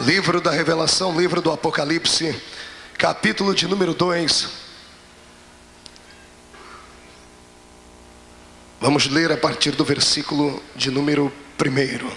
Livro da Revelação, livro do Apocalipse, capítulo de número 2. Vamos ler a partir do versículo de número 1.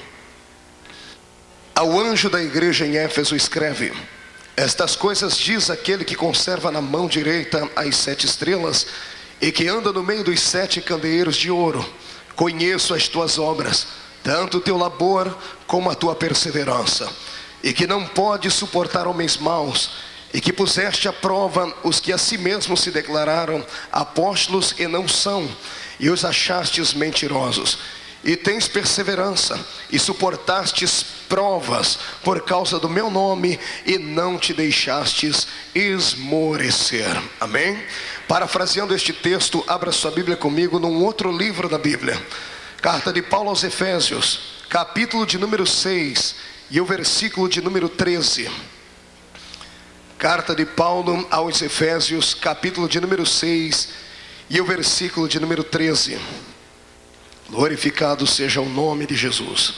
Ao anjo da igreja em Éfeso escreve: estas coisas diz aquele que conserva na mão direita as 7 estrelas e que anda no meio dos 7 candeeiros de ouro. Conheço as tuas obras, tanto o teu labor como a tua perseverança, e que não podes suportar homens maus, e que puseste à prova os que a si mesmos se declararam apóstolos e não são, e os achastes mentirosos. E tens perseverança, e suportastes provas por causa do meu nome, e não te deixastes esmorecer. Amém? Parafraseando este texto, abra sua Bíblia comigo num outro livro da Bíblia. Carta de Paulo aos Efésios, capítulo de número 6 e o versículo de número 13. Carta de Paulo aos Efésios, capítulo de número 6 e o versículo de número 13. Glorificado seja o nome de Jesus.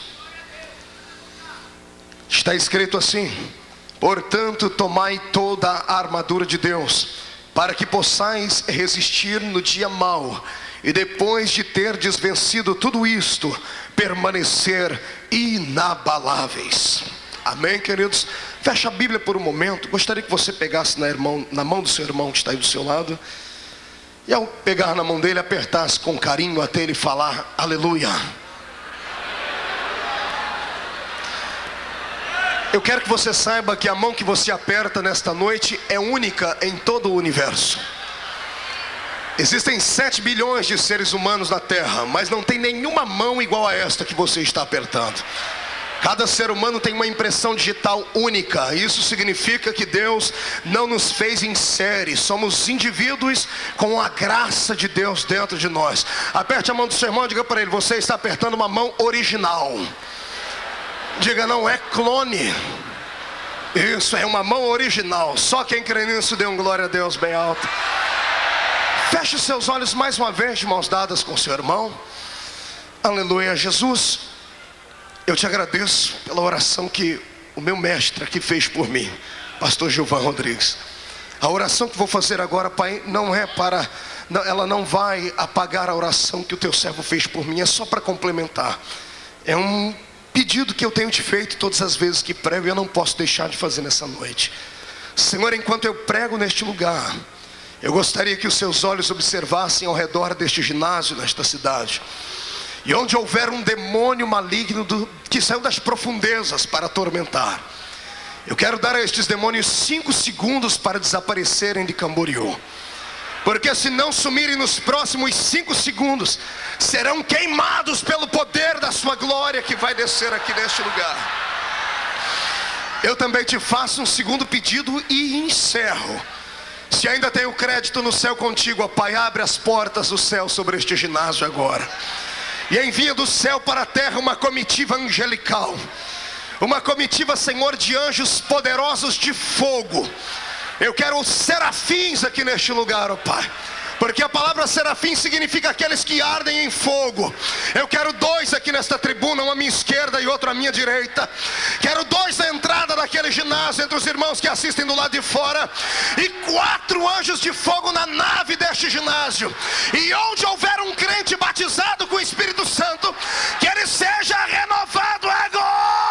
Está escrito assim: portanto, tomai toda a armadura de Deus, para que possais resistir no dia mau, e depois de terdes vencido tudo isto, permanecer inabaláveis. Amém, queridos? Fecha a Bíblia por um momento. Gostaria que você pegasse na mão do seu irmão que está aí do seu lado, e ao pegar na mão dele, apertasse com carinho até ele falar aleluia. Eu quero que você saiba que a mão que você aperta nesta noite é única em todo o universo. Existem 7 bilhões de seres humanos na Terra, mas não tem nenhuma mão igual a esta que você está apertando. Cada ser humano tem uma impressão digital única. Isso significa que Deus não nos fez em série. Somos indivíduos com a graça de Deus dentro de nós. Aperte a mão do seu irmão e diga para ele: você está apertando uma mão original. Diga: não é clone. Isso, é uma mão original. Só quem crê nisso dê um glória a Deus bem alto. Feche os seus olhos mais uma vez, de mãos dadas com seu irmão. Aleluia. Jesus, eu te agradeço pela oração que o meu mestre aqui fez por mim, pastor Gilvan Rodrigues. A oração que vou fazer agora, Pai, ela não vai apagar a oração que o teu servo fez por mim, é só para complementar. É um pedido que eu tenho te feito todas as vezes que prego, e eu não posso deixar de fazer nessa noite. Senhor, enquanto eu prego neste lugar, eu gostaria que os seus olhos observassem ao redor deste ginásio, nesta cidade, e onde houver um demônio maligno que saiu das profundezas para atormentar, eu quero dar a estes demônios 5 segundos para desaparecerem de Camboriú. Porque se não sumirem nos próximos 5 segundos, serão queimados pelo poder da sua glória que vai descer aqui neste lugar. Eu também te faço um segundo pedido e encerro. Se ainda tenho crédito no céu contigo, ó Pai, abre as portas do céu sobre este ginásio agora, e envia do céu para a terra uma comitiva angelical, uma comitiva, Senhor, de anjos poderosos de fogo. Eu quero os serafins aqui neste lugar, ó Pai, porque a palavra serafim significa aqueles que ardem em fogo. Eu quero 2 aqui nesta tribuna, um à minha esquerda e outro à minha direita. Quero 2 na entrada daquele ginásio, entre os irmãos que assistem do lado de fora, e 4 anjos de fogo na nave deste ginásio. E onde houver um crente batizado com o Espírito Santo, que ele seja renovado agora.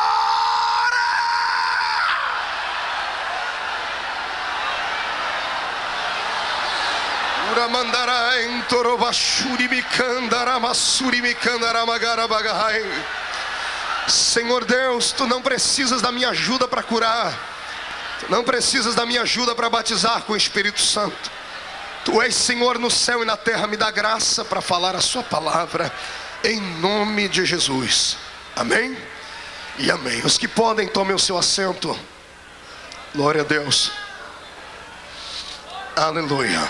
Senhor Deus, tu não precisas da minha ajuda para curar, tu não precisas da minha ajuda para batizar com o Espírito Santo. Tu és Senhor no céu e na terra. Me dá graça para falar a sua palavra, em nome de Jesus. Amém e amém. Os que podem, tomem o seu assento. Glória a Deus. Aleluia.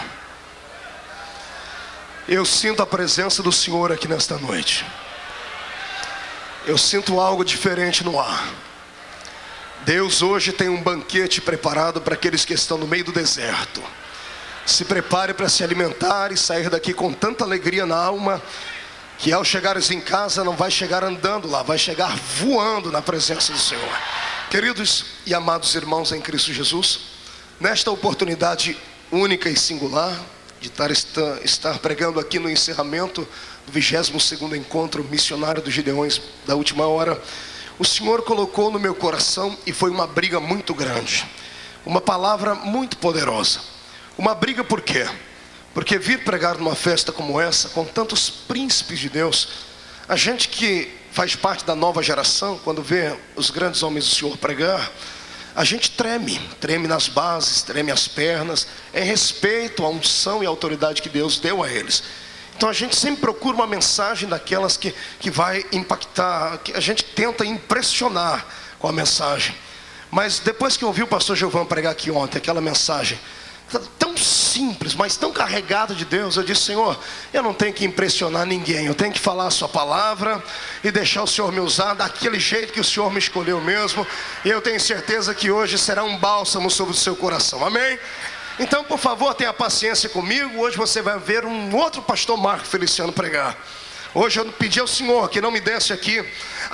Eu sinto a presença do Senhor aqui nesta noite. Eu sinto algo diferente no ar. Deus hoje tem um banquete preparado para aqueles que estão no meio do deserto. Se prepare para se alimentar e sair daqui com tanta alegria na alma, que ao chegares em casa não vai chegar andando lá, vai chegar voando na presença do Senhor. Queridos e amados irmãos em Cristo Jesus, nesta oportunidade única e singular de estar pregando aqui no encerramento do 22º encontro missionário dos Gideões da última hora, o Senhor colocou no meu coração, e foi uma briga muito grande, uma palavra muito poderosa. Uma briga por quê? Porque vir pregar numa festa como essa, com tantos príncipes de Deus, a gente que faz parte da nova geração, quando vê os grandes homens do Senhor pregar, a gente treme nas bases, treme as pernas, em respeito à unção e à autoridade que Deus deu a eles. Então a gente sempre procura uma mensagem daquelas que vai impactar, que a gente tenta impressionar com a mensagem. Mas depois que eu ouvi o pastor Giovanni pregar aqui ontem, aquela mensagem tão simples, mas tão carregada de Deus, eu disse: Senhor, eu não tenho que impressionar ninguém, eu tenho que falar a sua palavra e deixar o Senhor me usar daquele jeito que o Senhor me escolheu mesmo. E eu tenho certeza que hoje será um bálsamo sobre o seu coração, amém? Então, por favor, tenha paciência comigo. Hoje você vai ver um outro pastor Marco Feliciano pregar. Hoje eu pedi ao Senhor que não me desse aqui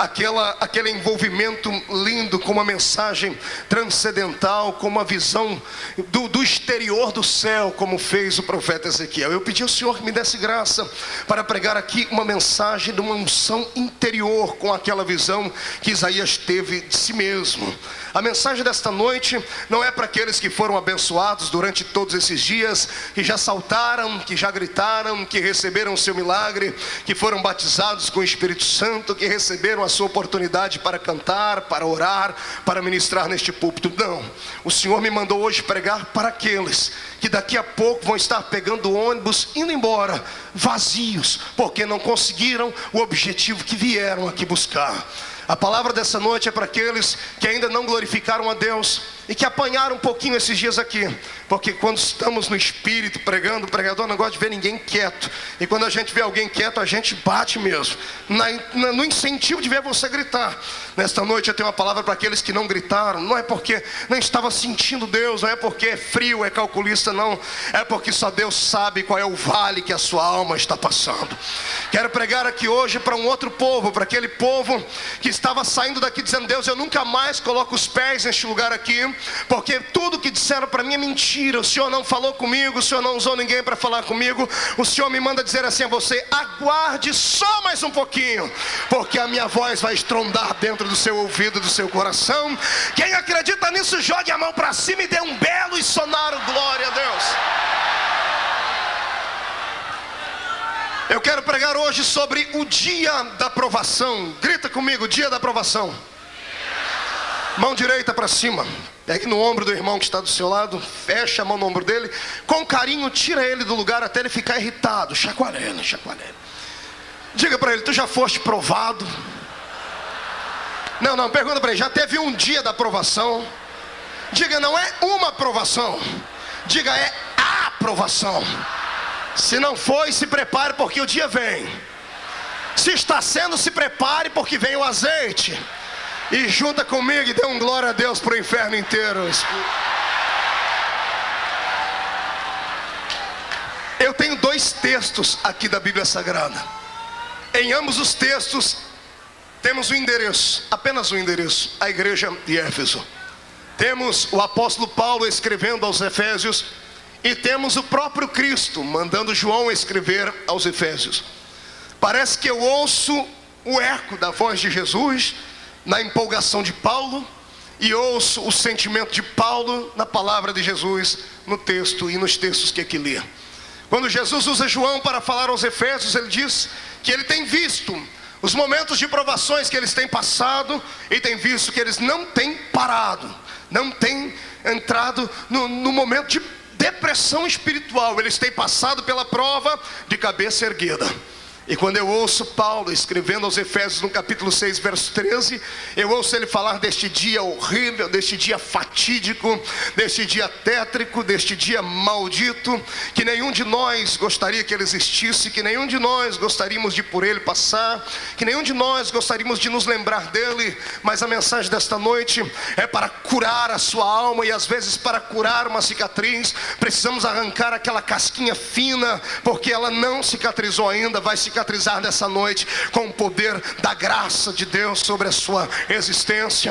aquele envolvimento lindo, com uma mensagem transcendental, com uma visão do exterior do céu, como fez o profeta Ezequiel. Eu pedi ao Senhor que me desse graça para pregar aqui uma mensagem de uma unção interior, com aquela visão que Isaías teve de si mesmo. A mensagem desta noite não é para aqueles que foram abençoados durante todos esses dias, que já saltaram, que já gritaram, que receberam o seu milagre, que foram batizados com o Espírito Santo, que receberam a sua oportunidade para cantar, para orar, para ministrar neste púlpito. Não, o Senhor me mandou hoje pregar para aqueles que daqui a pouco vão estar pegando ônibus, indo embora, vazios, porque não conseguiram o objetivo que vieram aqui buscar. A palavra dessa noite é para aqueles que ainda não glorificaram a Deus e que apanharam um pouquinho esses dias aqui, porque quando estamos no Espírito pregando, o pregador não gosta de ver ninguém quieto, e quando a gente vê alguém quieto, a gente bate mesmo, no incentivo de ver você gritar. Nesta noite eu tenho uma palavra para aqueles que não gritaram. Não é porque não estava sentindo Deus, não é porque é frio, é calculista, não, é porque só Deus sabe qual é o vale que a sua alma está passando. Quero pregar aqui hoje para um outro povo, para aquele povo que estava saindo daqui dizendo: Deus, eu nunca mais coloco os pés neste lugar aqui, porque tudo que disseram para mim é mentira. O Senhor não falou comigo, o Senhor não usou ninguém para falar comigo. O Senhor me manda dizer assim a você: aguarde só mais um pouquinho, porque a minha voz vai estrondar dentro do seu ouvido, do seu coração. Quem acredita nisso, jogue a mão para cima e dê um belo e sonoro glória a Deus. Eu quero pregar hoje sobre o dia da provação. Grita comigo: dia da provação. Mão direita para cima, pegue no ombro do irmão que está do seu lado, fecha a mão no ombro dele, com carinho tira ele do lugar até ele ficar irritado, chacoalhando. Diga para ele: tu já foste provado? Não, pergunta para ele: já teve um dia da provação? Diga: não é uma provação, diga: é a provação. Se não foi, se prepare, porque o dia vem. Se está sendo, se prepare, porque vem o azeite. E junta comigo e dê um glória a Deus para o inferno inteiro. Eu tenho 2 textos aqui da Bíblia Sagrada. Em ambos os textos temos o endereço, apenas o endereço: a igreja de Éfeso. Temos o apóstolo Paulo escrevendo aos Efésios, e temos o próprio Cristo mandando João escrever aos Efésios. Parece que eu ouço o eco da voz de Jesus na empolgação de Paulo, e ouço o sentimento de Paulo na palavra de Jesus, no texto e nos textos que aqui lê. Quando Jesus usa João para falar aos Efésios, ele diz que ele tem visto os momentos de provações que eles têm passado, e tem visto que eles não têm parado, não têm entrado no momento de depressão espiritual. Eles têm passado pela prova de cabeça erguida. E quando eu ouço Paulo escrevendo aos Efésios no capítulo 6, verso 13, eu ouço ele falar deste dia horrível, deste dia fatídico, deste dia tétrico, deste dia maldito, que nenhum de nós gostaria que ele existisse, que nenhum de nós gostaríamos de por ele passar, que nenhum de nós gostaríamos de nos lembrar dele. Mas a mensagem desta noite é para curar a sua alma, e às vezes para curar uma cicatriz precisamos arrancar aquela casquinha fina, porque ela não cicatrizou ainda. Vai cicatrizar nessa noite com o poder da graça de Deus sobre a sua existência.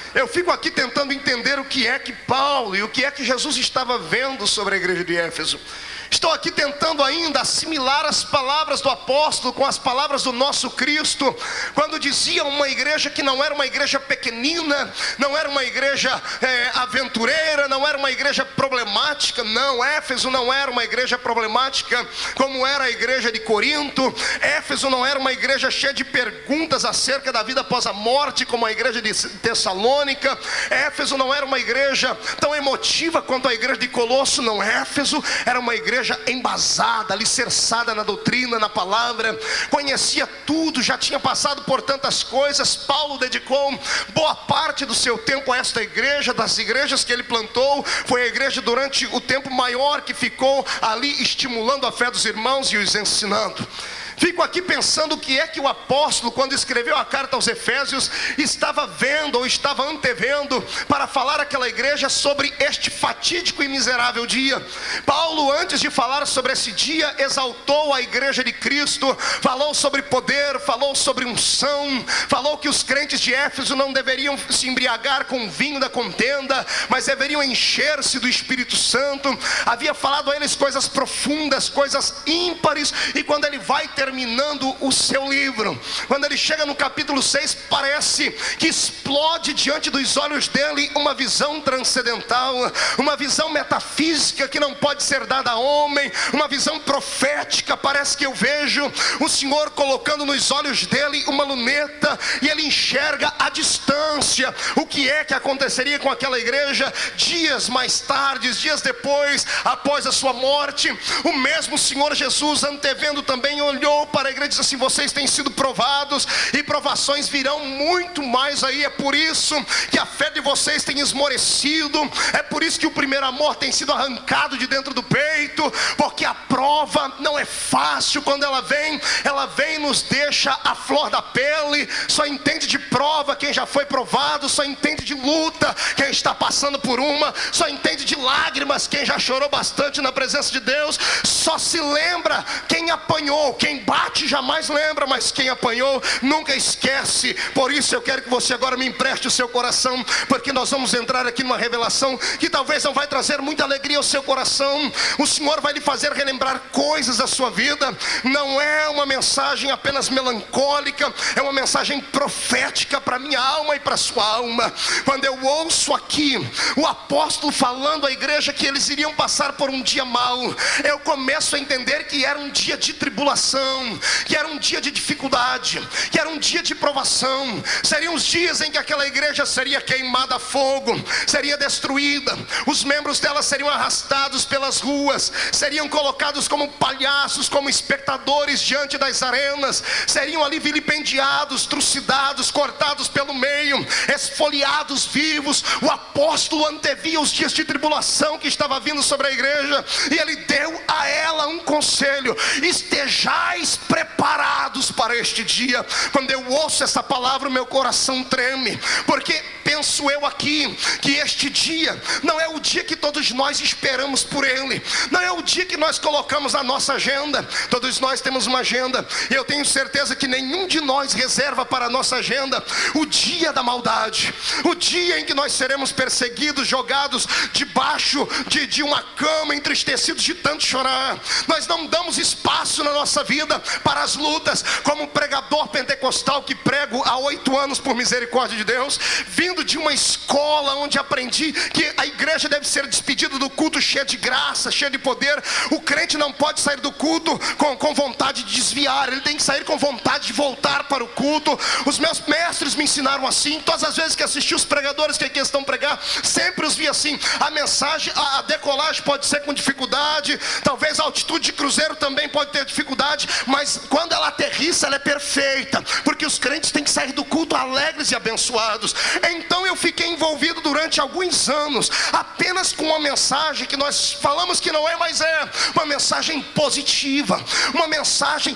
Eu fico aqui tentando entender o que é que Paulo e o que é que Jesus estava vendo sobre a igreja de Éfeso. Estou aqui tentando ainda assimilar as palavras do apóstolo com as palavras do nosso Cristo, quando dizia uma igreja que não era uma igreja pequenina, não era uma igreja aventureira, não era uma igreja problemática. Não, Éfeso não era uma igreja problemática como era a igreja de Corinto. Éfeso não era uma igreja cheia de perguntas acerca da vida após a morte como a igreja de Tessalônica. Éfeso não era uma igreja tão emotiva quanto a igreja de Colosso. Não, Éfeso era uma igreja embasada, alicerçada na doutrina, na palavra, conhecia tudo, já tinha passado por tantas coisas. Paulo dedicou boa parte do seu tempo a esta igreja. Das igrejas que ele plantou, foi a igreja durante o tempo maior que ficou ali estimulando a fé dos irmãos e os ensinando. Fico aqui pensando o que é que o apóstolo, quando escreveu a carta aos Efésios, estava vendo ou estava antevendo para falar àquela igreja sobre este fatídico e miserável dia. Paulo, antes de falar sobre esse dia, exaltou a igreja de Cristo, falou sobre poder, falou sobre unção, falou que os crentes de Éfeso não deveriam se embriagar com o vinho da contenda, mas deveriam encher-se do Espírito Santo. Havia falado a eles coisas profundas, coisas ímpares, e quando ele vai terminando o seu livro, quando ele chega no capítulo 6, parece que explode diante dos olhos dele uma visão transcendental, uma visão metafísica que não pode ser dada a homem, uma visão profética. Parece que eu vejo o Senhor colocando nos olhos dele uma luneta, e ele enxerga à distância o que é que aconteceria com aquela igreja dias mais tarde, dias depois, após a sua morte. O mesmo Senhor Jesus, antevendo também, olhou para a igreja e disse assim: vocês têm sido provados, e provações virão muito mais aí. É por isso que a fé de vocês tem esmorecido, é por isso que o primeiro amor tem sido arrancado de dentro do peito, porque a prova não é fácil. Quando ela vem e nos deixa à flor da pele. Só entende de prova quem já foi provado, só entende de luta quem está passando por uma, só entende de lágrimas quem já chorou bastante na presença de Deus, só se lembra quem apanhou. Quem bate jamais lembra, mas quem apanhou nunca esquece. Por isso eu quero que você agora me empreste o seu coração, porque nós vamos entrar aqui numa revelação que talvez não vai trazer muita alegria ao seu coração. O Senhor vai lhe fazer relembrar coisas da sua vida. Não é uma mensagem apenas melancólica, é uma mensagem profética para a minha alma e para a sua alma. Quando eu ouço aqui o apóstolo falando à igreja que eles iriam passar por um dia mau, eu começo a entender que era um dia de tribulação, que era um dia de dificuldade, que era um dia de provação. Seriam os dias em que aquela igreja seria queimada a fogo, seria destruída, os membros dela seriam arrastados pelas ruas, seriam colocados como palhaços, como espectadores diante das arenas, seriam ali vilipendiados, trucidados, cortados pelo meio, esfoliados vivos. O apóstolo antevia os dias de tribulação que estava vindo sobre a igreja, e ele deu a ela um conselho: estejais preparados para este dia. Quando eu ouço essa palavra, o meu coração treme, porque penso eu aqui que este dia não é o dia que todos nós esperamos por ele, não é o dia que nós colocamos na nossa agenda. Todos nós temos uma agenda, e eu tenho certeza que nenhum de nós reserva para a nossa agenda o dia da maldade, o dia em que nós seremos perseguidos, jogados debaixo de uma cama, entristecidos de tanto chorar. Nós não damos espaço na nossa vida para as lutas. Como pregador pentecostal que prego há 8 anos por misericórdia de Deus, vindo de uma escola onde aprendi que a igreja deve ser despedida do culto cheia de graça, cheia de poder. O crente não pode sair do culto com vontade de desviar, ele tem que sair com vontade de voltar para o culto. Os meus mestres me ensinaram assim. Todas as vezes que assisti os pregadores que aqui estão pregar, sempre os vi assim. A mensagem, a decolagem pode ser com dificuldade, talvez a altitude de cruzeiro também pode ter dificuldade, mas quando ela aterrissa, ela é perfeita, porque os crentes têm que sair do culto alegres e abençoados. Então eu fiquei envolvido durante alguns anos apenas com uma mensagem que nós falamos que não é, mas é uma mensagem positiva, uma mensagem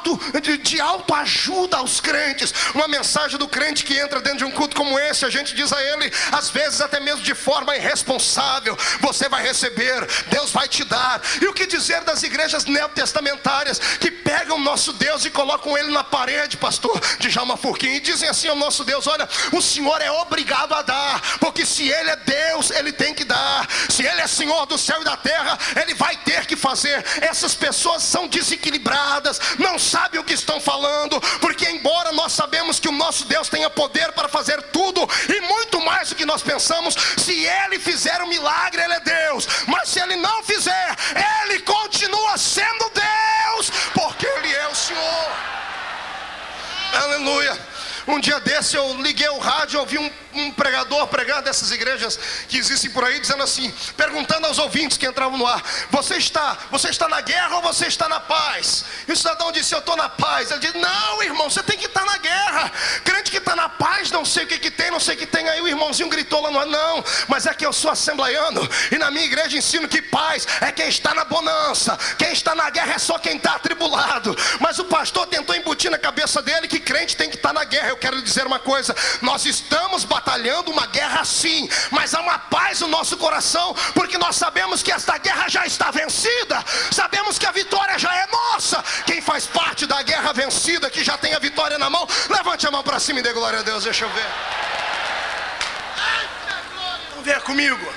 de autoajuda aos crentes, uma mensagem do crente que entra dentro de um culto como esse. A gente diz a ele, às vezes até mesmo de forma irresponsável: você vai receber, Deus vai te dar. E o que dizer das igrejas neotestamentárias que pegam o nosso Deus e colocam ele na parede, pastor Djalma Furquim, e dizem assim ao nosso Deus: olha, o Senhor é obrigado a dar, porque se Ele é Deus, Ele tem que dar. Se Ele é Senhor do céu e da terra, Ele vai ter que fazer. Essas pessoas são desequilibradas, não sabem o que estão falando, porque embora nós sabemos que o nosso Deus tenha poder para fazer tudo e muito mais do que nós pensamos, se Ele fizer um milagre, Ele é Deus. Mas se Ele não fizer, Ele continua sendo Deus, porque Ele é o Senhor. Aleluia. Um dia desse eu liguei o rádio e ouvi um pregador pregar dessas igrejas que existem por aí, dizendo assim, perguntando aos ouvintes que entravam no ar: você está na guerra ou você está na paz? E o cidadão disse: eu estou na paz. Ele disse: não, irmão, você tem que estar na guerra. Crente que está na paz, não sei o que tem, não sei o que tem. Aí o irmãozinho gritou lá no ar: não, mas é que eu sou assembleiano e na minha igreja ensino que paz é quem está na bonança, quem está na guerra é só quem está atribulado. Mas o pastor tentou embutir na cabeça dele que crente tem que estar na guerra. Eu quero lhe dizer uma coisa: nós estamos batalhando uma guerra sim, mas há uma paz no nosso coração, porque nós sabemos que esta guerra já está vencida, sabemos que a vitória já é nossa. Quem faz parte da guerra vencida, que já tem a vitória na mão, levante a mão para cima e dê glória a Deus. Deixa eu ver. Venha comigo,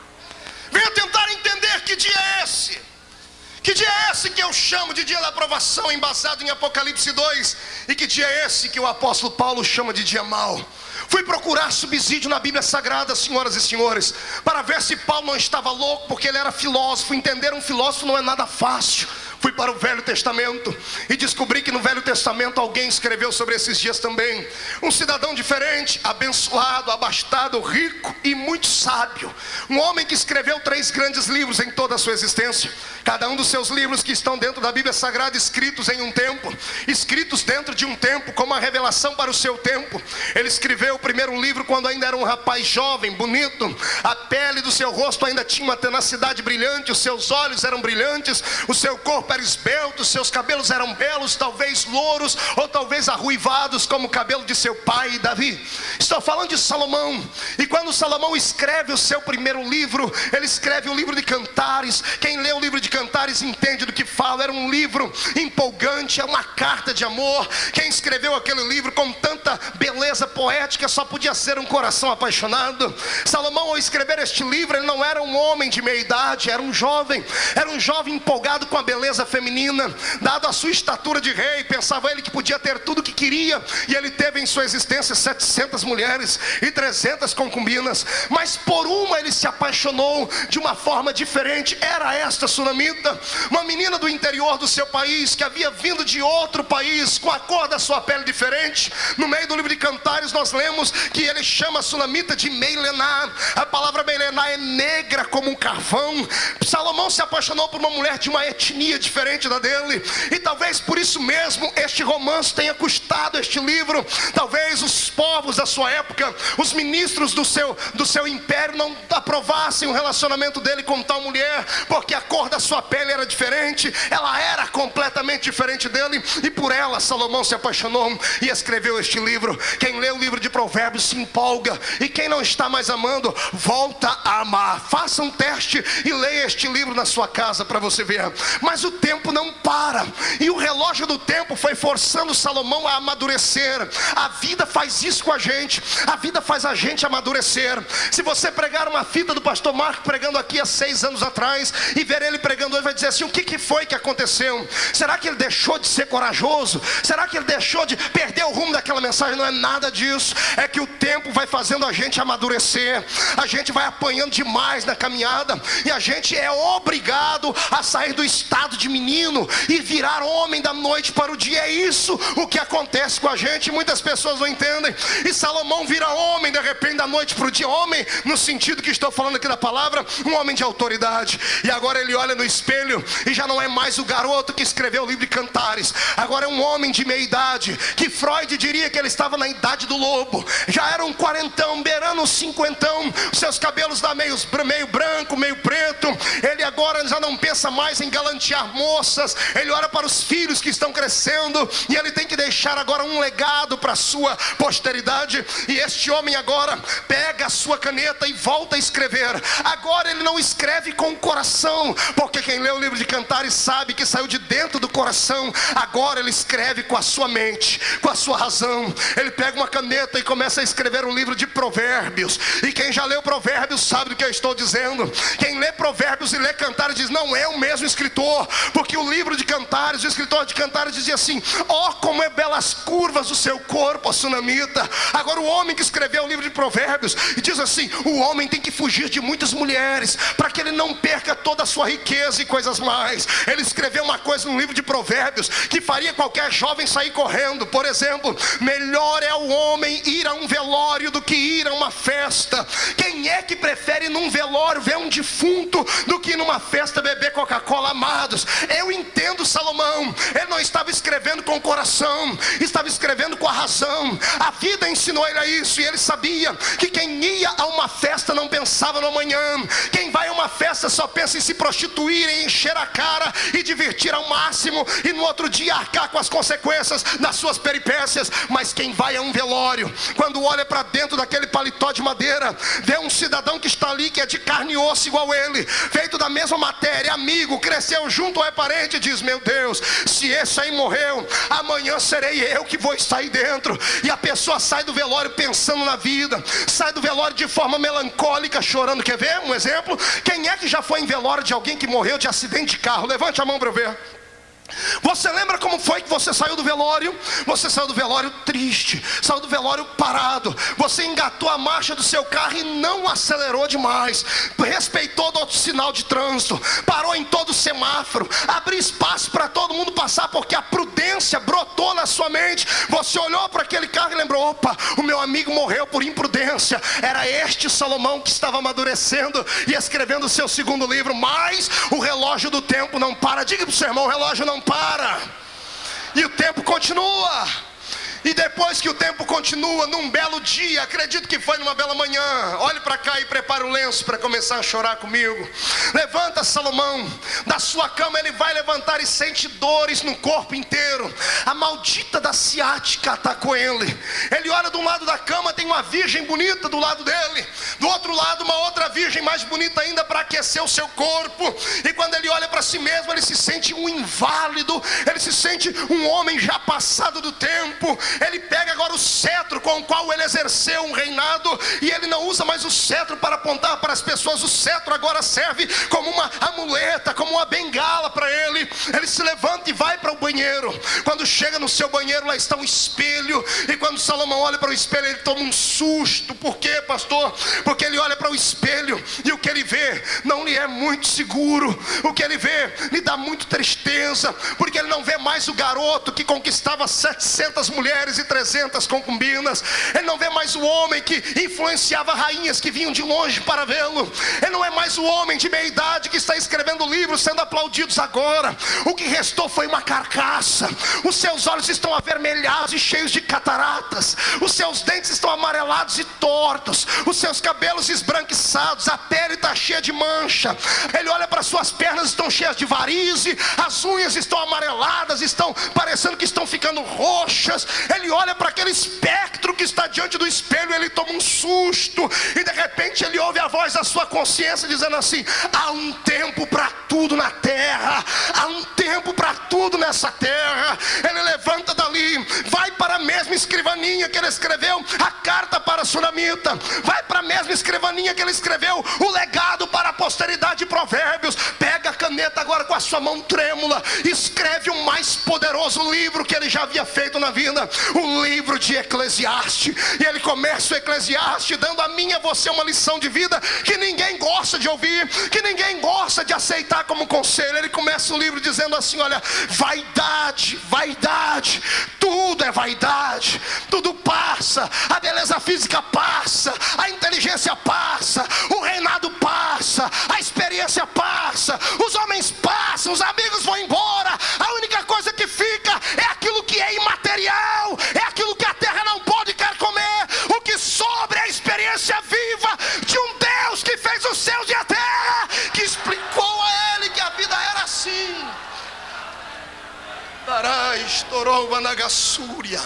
venha tentar entender que dia é esse. Que dia é esse que eu chamo de dia da aprovação, embasado em Apocalipse 2? E que dia é esse que o apóstolo Paulo chama de dia mau? Fui procurar subsídio na Bíblia Sagrada, senhoras e senhores, para ver se Paulo não estava louco, porque ele era filósofo. Entender um filósofo não é nada fácil. Fui para o Velho Testamento e descobri que no Velho Testamento alguém escreveu sobre esses dias também. Um cidadão diferente, abençoado, abastado, rico e muito sábio. Um homem que escreveu 3 grandes livros em toda a sua existência. Cada um dos seus livros que estão dentro da Bíblia Sagrada, escritos em um tempo, escritos dentro de um tempo, como uma revelação para o seu tempo. Ele escreveu o primeiro livro quando ainda era um rapaz jovem, bonito. A pele do seu rosto ainda tinha uma tenacidade brilhante, os seus olhos eram brilhantes, o seu corpo era esbelto, seus cabelos eram belos, talvez louros ou talvez arruivados como o cabelo de seu pai Davi. Estou falando de Salomão. E quando Salomão escreve o seu primeiro livro, ele escreve o livro de Cantares. Quem lê o livro de Cantares entende do que fala. Era um livro empolgante, é uma carta de amor. Quem escreveu aquele livro com tanta beleza poética só podia ser um coração apaixonado. Salomão, ao escrever este livro, ele não era um homem de meia idade, era um jovem empolgado com a beleza feminina. Dado a sua estatura de rei, pensava ele que podia ter tudo o que queria, e ele teve em sua existência 700 mulheres e 300 concubinas, mas por uma ele se apaixonou de uma forma diferente. Era esta sunamita, uma menina do interior do seu país, que havia vindo de outro país, com a cor da sua pele diferente. No meio do livro de Cantares nós lemos que ele chama a sunamita de Meilená. A palavra Meilená é negra como um carvão. Salomão se apaixonou por uma mulher de uma etnia diferente da dele, e talvez por isso mesmo este romance tenha custado este livro. Talvez os povos da sua época, os ministros do seu império, não aprovassem o relacionamento dele com tal mulher, porque a cor da sua pele era diferente, ela era completamente diferente dele, e por ela Salomão se apaixonou e escreveu este livro. Quem lê o livro de Provérbios se empolga, e quem não está mais amando, volta a amar. Faça um teste e leia este livro na sua casa para você ver. Mas o tempo não para, e o relógio do tempo foi forçando Salomão a amadurecer. A vida faz isso com a gente, a vida faz a gente amadurecer. Se você pregar uma fita do pastor Marco pregando aqui há 6 anos atrás, e ver ele pregando hoje, vai dizer assim: o que foi que aconteceu? Será que ele deixou de ser corajoso? Será que ele deixou de perder o rumo daquela mensagem? Não é nada disso, é que o tempo vai fazendo a gente amadurecer. A gente vai apanhando demais na caminhada, e a gente é obrigado a sair do estado de menino e virar homem da noite para o dia. É isso o que acontece com a gente. Muitas pessoas não entendem. E Salomão vira homem de repente da noite para o dia. Homem no sentido que estou falando aqui da palavra, um homem de autoridade. E agora ele olha no espelho e já não é mais o garoto que escreveu o livro de Cantares. Agora é um homem de meia idade, que Freud diria que ele estava na idade do lobo. Já era um quarentão, beirando um cinquentão. seus cabelos dá meio branco, meio preto. Ele agora já não pensa mais em galantear moças. Ele olha para os filhos que estão crescendo, e ele tem que deixar agora um legado para a sua posteridade. E este homem agora pega a sua caneta e volta a escrever. Agora ele não escreve com o coração, porque quem lê o livro de Cantares sabe que saiu de dentro do coração. Agora ele escreve com a sua mente, com a sua razão. Ele pega uma caneta e começa a escrever um livro de Provérbios. E quem já leu Provérbios sabe do que eu estou dizendo. Quem lê Provérbios e lê Cantares diz: não é o mesmo escritor, porque o livro de Cantares, o escritor de Cantares dizia assim: ó, como é belas curvas do seu corpo, ó sunamita. Agora o homem que escreveu o livro de Provérbios e diz assim: o homem tem que fugir de muitas mulheres para que ele não perca toda a sua riqueza e coisas mais. Ele escreveu uma coisa no livro de Provérbios que faria qualquer jovem sair correndo. Por exemplo, melhor é o homem ir a um velório do que ir a uma festa. Quem é que prefere num velório ver um defunto do que numa festa beber Coca-Cola? Amados, eu entendo Salomão. Ele não estava escrevendo com o coração, estava escrevendo com a razão. A vida ensinou ele a isso, e ele sabia que quem ia a uma festa não pensava no amanhã. Quem vai a uma festa só pensa em se prostituir, em encher a cara e divertir ao máximo, e no outro dia arcar com as consequências das suas peripécias. Mas quem vai a um velório, quando olha para dentro daquele paletó de madeira, vê um cidadão que está ali, que é de carne e osso igual ele, feito da mesma matéria, amigo, cresceu junto ou é parente, diz: meu Deus, se esse aí morreu, amanhã serei eu que vou estar aí dentro. E a pessoa sai do velório pensando na vida, sai do velório de forma melancólica, chorando. Quer ver um exemplo? Quem é que já foi em velório de alguém que morreu de acidente de carro? Levante a mão para eu ver. Você lembra como foi que você saiu do velório? Você saiu do velório triste, saiu do velório parado. Você engatou a marcha do seu carro e não acelerou demais, respeitou todo sinal de trânsito, parou em todo semáforo, abriu espaço para todo mundo passar, porque a prudência brotou na sua mente. Você olhou para aquele carro e lembrou: opa, o meu amigo morreu por imprudência. Era este Salomão que estava amadurecendo e escrevendo o seu segundo livro. Mas o relógio do tempo não para. Diga para o seu irmão: o relógio não para, e o tempo continua. E depois que o tempo continua, num belo dia, acredito que foi numa bela manhã, olhe para cá e prepare o lenço para começar a chorar comigo. Levanta Salomão da sua cama. Ele vai levantar e sente dores no corpo inteiro. A maldita da ciática atacou ele. Ele olha de um lado da cama, tem uma virgem bonita do lado dele, do outro lado uma outra virgem mais bonita ainda para aquecer o seu corpo. E quando ele olha para si mesmo, ele se sente um inválido, ele se sente um homem já passado do tempo. Ele pega agora o cetro com o qual ele exerceu um reinado, e ele não usa mais o cetro para apontar para as pessoas. O cetro agora serve como uma amuleta, como uma bengala para ele. Ele se levanta e vai para o banheiro. Quando chega no seu banheiro, lá está um espelho. E quando Salomão olha para o espelho, ele toma um susto. Por quê, pastor? Porque ele olha para o espelho e o que ele vê não lhe é muito seguro. O que ele vê lhe dá muito tristeza, porque ele não vê mais o garoto que conquistava 700 mulheres e 300 concubinas. Ele não vê mais o homem que influenciava rainhas que vinham de longe para vê-lo. Ele não é mais o homem de meia idade que está escrevendo livros sendo aplaudidos agora. O que restou foi uma carcaça. Os seus olhos estão avermelhados e cheios de cataratas. Os seus dentes estão amarelados e tortos. Os seus cabelos esbranquiçados. A pele está cheia de mancha. Ele olha para suas pernas, estão cheias de varize. As unhas estão amareladas, estão parecendo que estão ficando roxas. Ele olha para aquele espectro que está diante do espelho, ele toma um susto, e de repente ele ouve a voz da sua consciência dizendo assim: há um tempo para tudo na terra, há um tempo para tudo nessa terra. Ele levanta dali, vai para a mesma escrivaninha que ele escreveu a carta para a sunamita, vai para a mesma escrivaninha que ele escreveu o legado para a posteridade de Provérbios, pega a caneta agora com a sua mão trêmula, escreve o mais poderoso livro que ele já havia feito na vida, o livro de Eclesiastes. E ele começa o Eclesiastes dando a mim e a você uma lição de vida que ninguém gosta de ouvir, que ninguém gosta de aceitar como conselho. Ele começa o livro dizendo assim: olha, vaidade, vaidade, tudo é vaidade, tudo passa, a beleza física passa, a inteligência passa, o reinado passa, a experiência passa, os homens passam, os amigos vão embora, a única coisa que fica é aquilo que é imaterial, é aquilo que a terra não pode quer comer. O que sobra é a experiência viva de um Deus Carai, estourou Vanagassúria.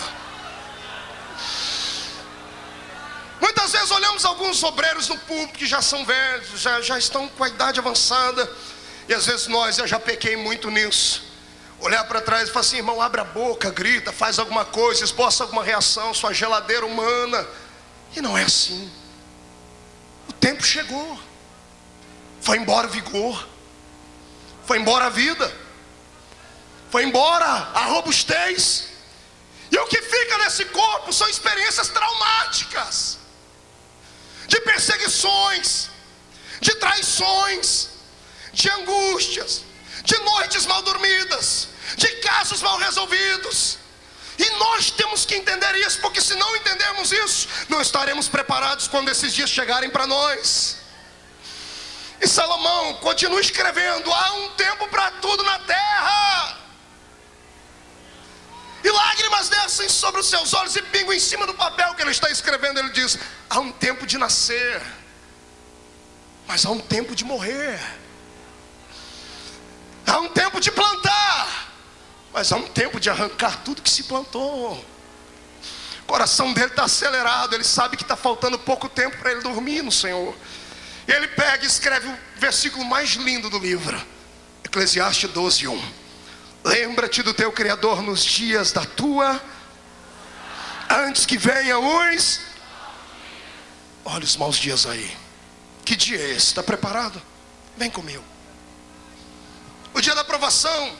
Muitas vezes olhamos alguns obreiros no púlpito que já são velhos, já estão com a idade avançada. E às vezes eu já pequei muito nisso. Olhar para trás e falar assim: irmão, abre a boca, grita, faz alguma coisa, esboça alguma reação, sua geladeira humana. E não é assim. O tempo chegou. Foi embora o vigor. Foi embora a vida. Foi embora a robustez. E o que fica nesse corpo são experiências traumáticas. De perseguições, de traições, de angústias, de noites mal dormidas, de casos mal resolvidos. E nós temos que entender isso, porque se não entendermos isso, não estaremos preparados quando esses dias chegarem para nós. E Salomão continua escrevendo: há um tempo para tudo na terra. E lágrimas descem sobre os seus olhos e pingam em cima do papel que ele está escrevendo. Ele diz: há um tempo de nascer, mas há um tempo de morrer. Há um tempo de plantar, mas há um tempo de arrancar tudo que se plantou. O coração dele está acelerado. Ele sabe que está faltando pouco tempo para ele dormir no Senhor. E ele pega e escreve o versículo mais lindo do livro, Eclesiastes 12:1. Lembra-te do teu Criador nos dias da tua, antes que venha os... Olha os maus dias aí. Que dia é esse? Está preparado? Vem comigo. O dia da aprovação.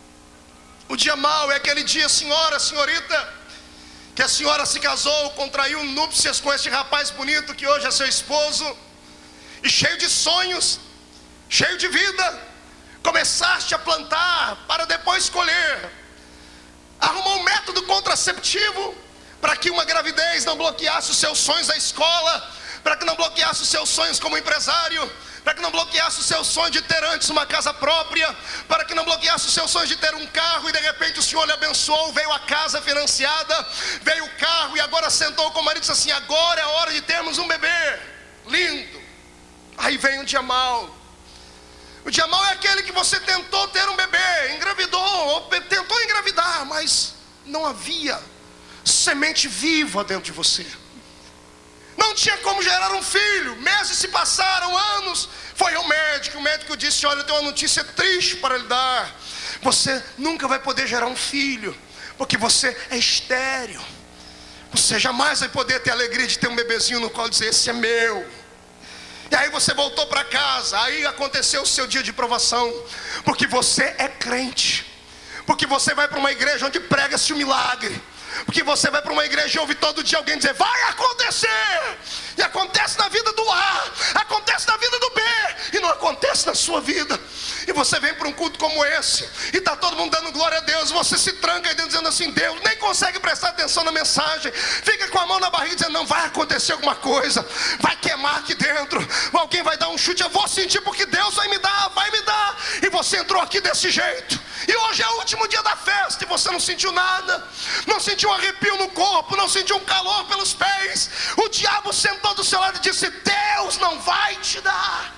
O dia mau é aquele dia, senhora, senhorita, que a senhora se casou, contraiu núpcias com este rapaz bonito que hoje é seu esposo, e cheio de sonhos, cheio de vida, começaste a plantar para depois colher. Arrumou um método contraceptivo para que uma gravidez não bloqueasse os seus sonhos da escola, para que não bloqueasse os seus sonhos como empresário, para que não bloqueasse o seu sonho de ter antes uma casa própria, para que não bloqueasse o seu sonho de ter um carro. E de repente o Senhor lhe abençoou, veio a casa financiada, veio o carro, e agora sentou com o marido e disse assim: agora é hora de termos um bebê. Lindo. Aí vem o dia mau. O dia mau é aquele que você tentou ter um bebê, engravidou, ou tentou engravidar, mas não havia semente viva dentro de você. Não tinha como gerar um filho. Meses se passaram, anos. Foi ao médico, o médico disse: olha, eu tenho uma notícia triste para lhe dar. Você nunca vai poder gerar um filho, porque você é estéril. Você jamais vai poder ter a alegria de ter um bebezinho no colo e dizer: esse é meu. E aí você voltou para casa. Aí aconteceu o seu dia de provação, porque você é crente, porque você vai para uma igreja onde prega-se o milagre, porque você vai para uma igreja e ouve todo dia alguém dizer: vai acontecer. E acontece na vida do A, acontece na vida do B, e não acontece na sua vida. E você vem para um culto como esse, e está todo mundo dando glória a Deus. Você se tranca aí dentro dizendo assim: Deus, nem consegue prestar atenção na mensagem. Fica com a mão na barriga dizendo: não, vai acontecer alguma coisa, vai queimar aqui dentro, alguém vai dar um chute, eu vou sentir porque Deus vai me dar, vai me dar. E você entrou aqui desse jeito, e hoje é o último dia da festa, e você não sentiu nada, não sentiu um arrepio no corpo, não sentiu um calor pelos pés. O diabo sentou do seu lado e disse: Deus não vai te dar.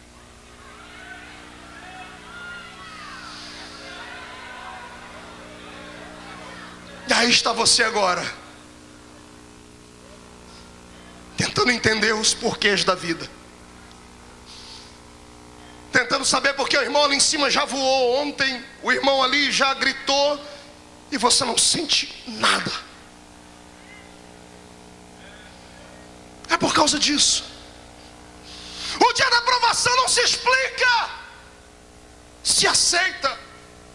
E aí está você agora, tentando entender os porquês da vida, tentando saber porque o irmão ali em cima já voou ontem, o irmão ali já gritou, e você não sente nada. É por causa disso. O dia da aprovação não se explica, se aceita.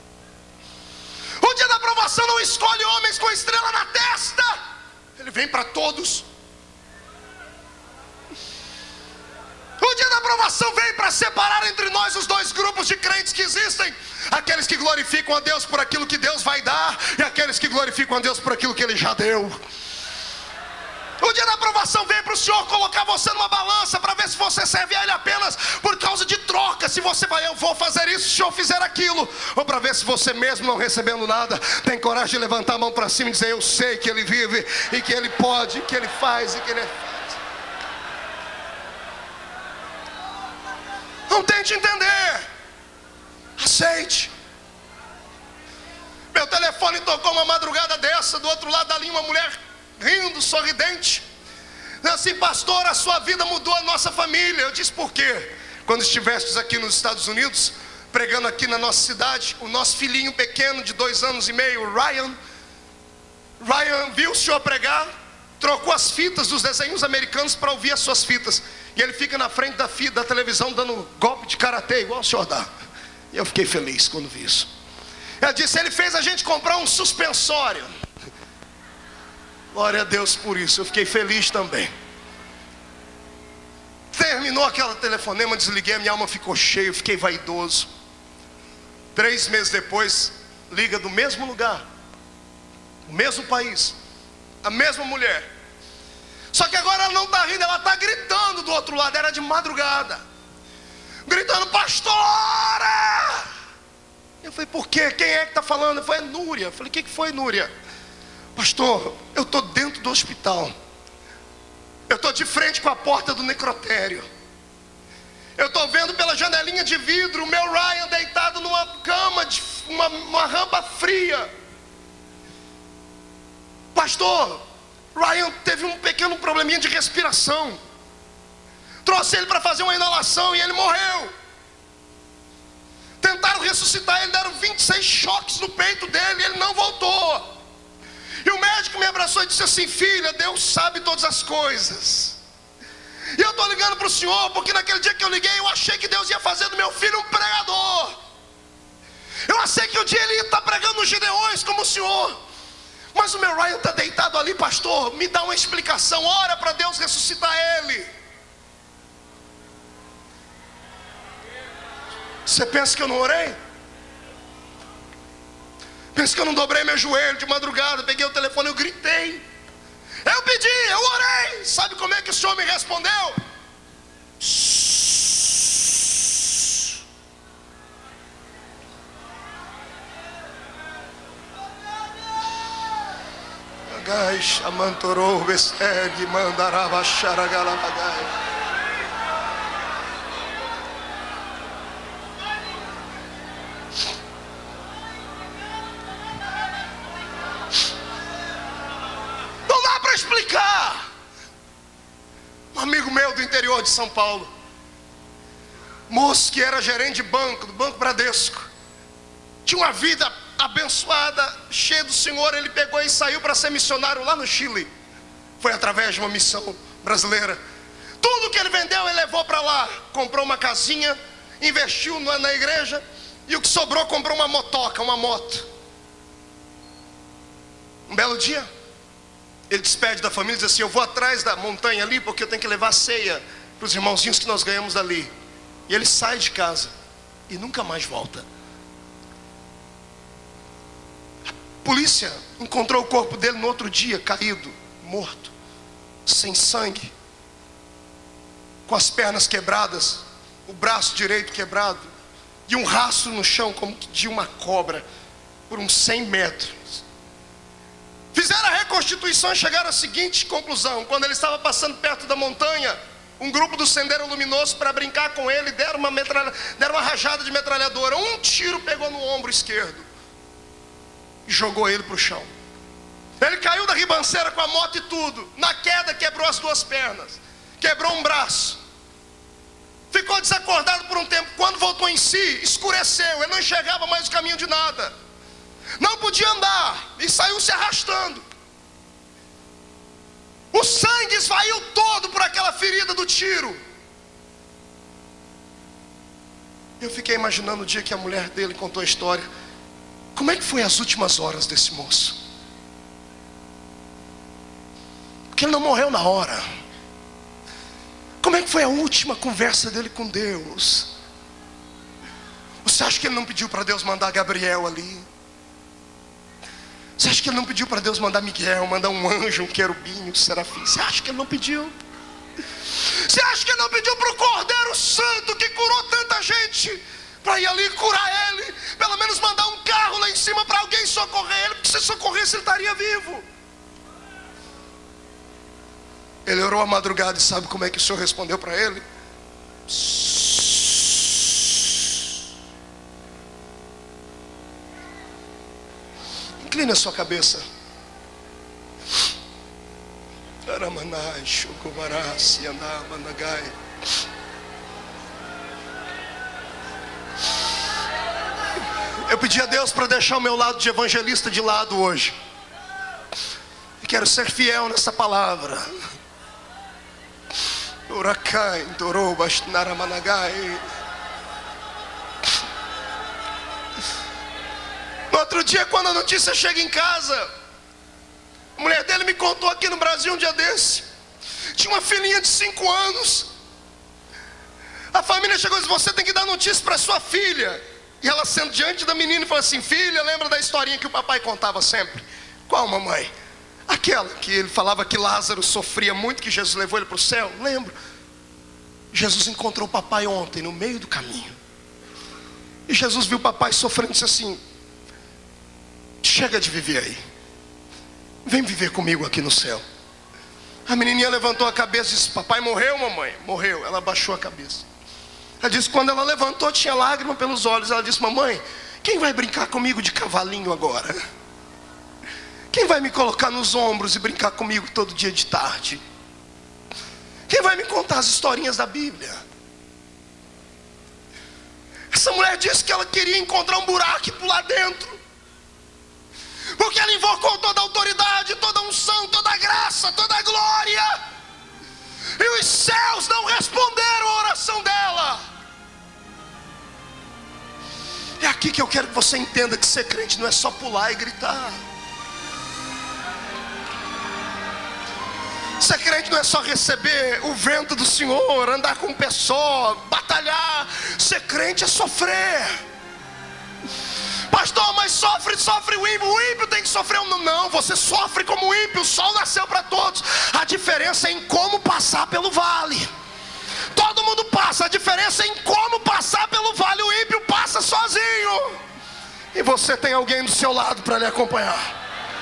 O dia da aprovação não escolhe homens com estrela na testa, ele vem para todos. O dia da aprovação vem para separar entre nós os dois grupos de crentes que existem: aqueles que glorificam a Deus por aquilo que Deus vai dar, e aqueles que glorificam a Deus por aquilo que Ele já deu. O dia da aprovação vem para o Senhor colocar você numa balança para ver se você serve a Ele apenas por causa de troca. Se você vai: eu vou fazer isso se o Senhor fizer aquilo. Ou para ver se você mesmo, não recebendo nada, tem coragem de levantar a mão para cima e dizer: eu sei que Ele vive, e que Ele pode, que Ele faz e que Ele é feito. Não tente entender, aceite. Meu telefone tocou uma madrugada dessa, do outro lado da linha uma mulher rindo, sorridente, assim: pastor, a sua vida mudou a nossa família. Eu disse: por quê? Quando estivestes aqui nos Estados Unidos, pregando aqui na nossa cidade, o nosso filhinho pequeno de 2 anos e meio, Ryan viu o senhor pregar, trocou as fitas dos desenhos americanos para ouvir as suas fitas, e ele fica na frente da televisão dando golpe de karatê igual o senhor dá. E eu fiquei feliz quando vi isso. Ela disse: ele fez a gente comprar um suspensório. Glória a Deus por isso, eu fiquei feliz também. Terminou aquela telefonema, desliguei, a minha alma ficou cheia, eu fiquei vaidoso. 3 meses depois, liga do mesmo lugar, o mesmo país, a mesma mulher. Só que agora ela não está rindo, ela está gritando do outro lado. Era de madrugada, gritando: pastora! Eu falei: por quê? Quem é que está falando? Eu falei: é Núria. Eu falei: o que foi, Núria? Pastor, eu estou dentro do hospital, eu estou de frente com a porta do necrotério, eu estou vendo pela janelinha de vidro o meu Ryan deitado numa cama, uma rampa fria. Pastor, Ryan teve um pequeno probleminha de respiração, trouxe ele para fazer uma inalação e ele morreu. Tentaram ressuscitar ele, deram 26 choques no peito dele e ele não voltou. E o médico me abraçou e disse assim: filha, Deus sabe todas as coisas. E eu estou ligando para o senhor porque naquele dia que eu liguei, eu achei que Deus ia fazer do meu filho um pregador. Eu achei que um dia ele ia estar pregando nos Gideões como o senhor. Mas o meu Ryan está deitado ali, pastor, me dá uma explicação, ora para Deus ressuscitar ele. Você pensa que eu não orei? Pensa que eu não dobrei meu joelho de madrugada, peguei o telefone, eu gritei, eu pedi, eu orei. Sabe como é que o senhor me respondeu? Gai chamantorou besteg mandarava xaragalavagai. Explicar. Um amigo meu do interior de São Paulo, moço que era gerente de banco, do Banco Bradesco, tinha uma vida abençoada, cheia do Senhor. Ele pegou e saiu para ser missionário lá no Chile. Foi através de uma missão brasileira. Tudo que ele vendeu ele levou para lá, comprou uma casinha, investiu na igreja, e o que sobrou comprou uma motoca, uma moto. Um belo dia ele despede da família e diz assim: eu vou atrás da montanha ali porque eu tenho que levar ceia para os irmãozinhos que nós ganhamos dali. E ele sai de casa e nunca mais volta. A polícia encontrou o corpo dele no outro dia, caído, morto, sem sangue, com as pernas quebradas, o braço direito quebrado e um rastro no chão como de uma cobra por uns 100 metros. Fizeram a reconstituição e chegaram à seguinte conclusão: quando ele estava passando perto da montanha, um grupo do Sendero Luminoso, para brincar com ele, deram uma rajada de metralhadora. Um tiro pegou no ombro esquerdo e jogou ele para o chão. Ele caiu da ribanceira com a moto e tudo. Na queda quebrou as 2 pernas, quebrou um braço, ficou desacordado por um tempo. Quando voltou em si, escureceu, ele não enxergava mais o caminho de nada, não podia andar e saiu se arrastando. O sangue esvaiu todo por aquela ferida do tiro. Eu fiquei imaginando o dia que a mulher dele contou a história. Como é que foi as últimas horas desse moço? Porque ele não morreu na hora. Como é que foi a última conversa dele com Deus? Você acha que ele não pediu para Deus mandar Gabriel ali? Você acha que ele não pediu para Deus mandar Miguel, mandar um anjo, um querubim, um serafim? Você acha que ele não pediu? Você acha que ele não pediu para o Cordeiro Santo, que curou tanta gente, para ir ali curar ele? Pelo menos mandar um carro lá em cima para alguém socorrer ele, porque se socorresse ele estaria vivo. Ele orou a madrugada e sabe como é que o Senhor respondeu para ele? Incline a sua cabeça. Eu pedi a Deus para deixar o meu lado de evangelista de lado hoje. E quero ser fiel nessa palavra. No outro dia, quando a notícia chega em casa, a mulher dele me contou aqui no Brasil um dia desse. Tinha uma filhinha de 5 anos. A família chegou e disse: você tem que dar notícia para sua filha. E ela sendo diante da menina e falou assim: filha, lembra da historinha que o papai contava sempre? Qual, mamãe? Aquela que ele falava que Lázaro sofria muito, que Jesus levou ele para o céu. Lembro. Jesus encontrou o papai ontem no meio do caminho. E Jesus viu o papai sofrendo e disse assim: chega de viver aí, vem viver comigo aqui no céu. A menininha levantou a cabeça e disse: papai morreu, mamãe? Morreu. Ela baixou a cabeça. Ela disse: quando ela levantou tinha lágrima pelos olhos. Ela disse: mamãe, quem vai brincar comigo de cavalinho agora? Quem vai me colocar nos ombros e brincar comigo todo dia de tarde? Quem vai me contar as historinhas da Bíblia? Essa mulher disse que ela queria encontrar um buraco e pular dentro, porque ela invocou toda a autoridade, toda a unção, toda a graça, toda a glória, e os céus não responderam a oração dela. É aqui que eu quero que você entenda que ser crente não é só pular e gritar. Ser crente não é só receber o vento do Senhor, andar com o pé só, batalhar. Ser crente é sofrer. Pastor, mas sofre o ímpio tem que sofrer. Não, você sofre como ímpio, o sol nasceu para todos. A diferença é em como passar pelo vale. Todo mundo passa, a diferença é em como passar pelo vale. O ímpio passa sozinho, e você tem alguém do seu lado para lhe acompanhar.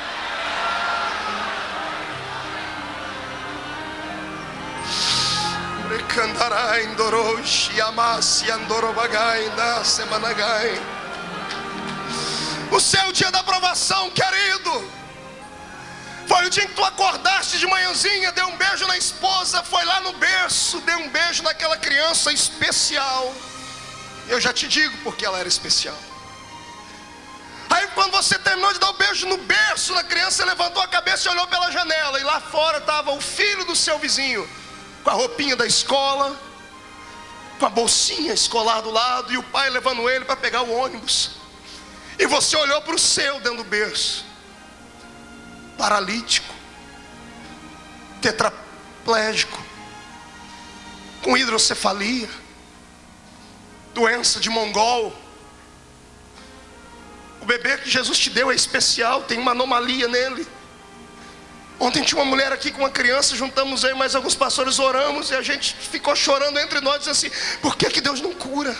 O seu dia da aprovação, querido, foi o dia em que tu acordaste de manhãzinha, deu um beijo na esposa, foi lá no berço, deu um beijo naquela criança especial. Eu já te digo porque ela era especial. Aí quando você terminou de dar o beijo no berço na criança, levantou a cabeça e olhou pela janela, e lá fora estava o filho do seu vizinho, com a roupinha da escola, com a bolsinha escolar do lado, e o pai levando ele para pegar o ônibus. E você olhou para o seu dentro do berço, paralítico, tetraplégico, com hidrocefalia, doença de mongol. O bebê que Jesus te deu é especial, tem uma anomalia nele. Ontem tinha uma mulher aqui com uma criança, juntamos aí mais alguns pastores, oramos, e a gente ficou chorando entre nós, dizendo assim: por que Deus não cura?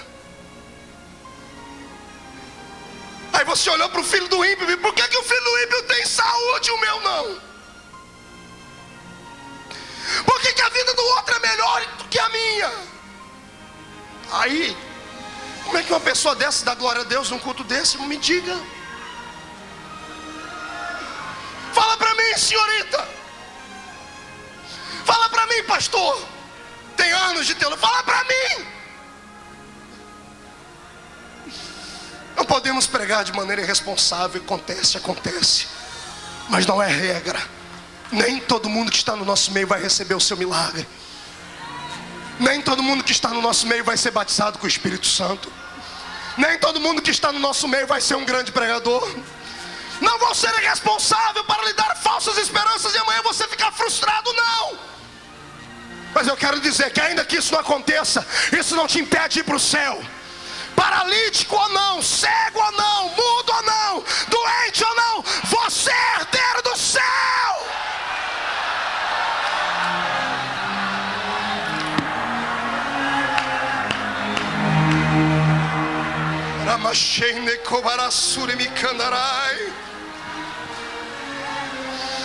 Aí você olhou para o filho do ímpio e: por que o filho do ímpio tem saúde e o meu não? Por que a vida do outro é melhor do que a minha? Aí, como é que uma pessoa dessa dá glória a Deus num culto desse? Me diga. Fala para mim, senhorita. Fala para mim, pastor. Tem anos de teologia. Fala para mim. Não podemos pregar de maneira irresponsável. Acontece. Mas não é regra. Nem todo mundo que está no nosso meio vai receber o seu milagre. Nem todo mundo que está no nosso meio vai ser batizado com o Espírito Santo. Nem todo mundo que está no nosso meio vai ser um grande pregador. Não vou ser irresponsável para lhe dar falsas esperanças e amanhã você ficar frustrado, não. Mas eu quero dizer que ainda que isso não aconteça, isso não te impede de ir para o céu. Paralítico ou não, cego ou não, mudo ou não, doente ou não, você é herdeiro do céu.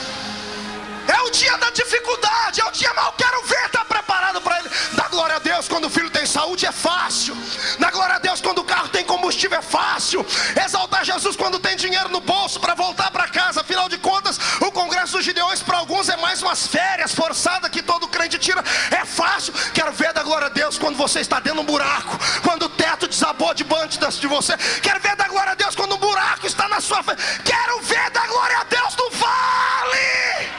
É o dia da dificuldade, é o dia mal quero ver, está preparado para ele. Dá glória a Deus quando o filho tem saúde é fácil. Dar glória a Deus quando o carro tem combustível é fácil. Exaltar Jesus quando tem dinheiro no bolso para voltar para casa. Afinal de contas, o Congresso dos Gideões para alguns é mais umas férias forçadas que todo crente tira. É fácil. Quero ver dar glória a Deus quando você está dentro de um buraco, quando o teto desabou diante de você. Quero ver dar glória a Deus quando um buraco está na sua frente. Quero ver dar glória a Deus no vale.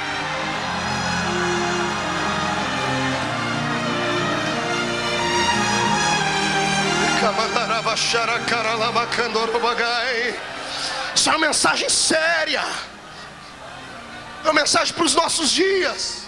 Isso é uma mensagem séria. É uma mensagem para os nossos dias.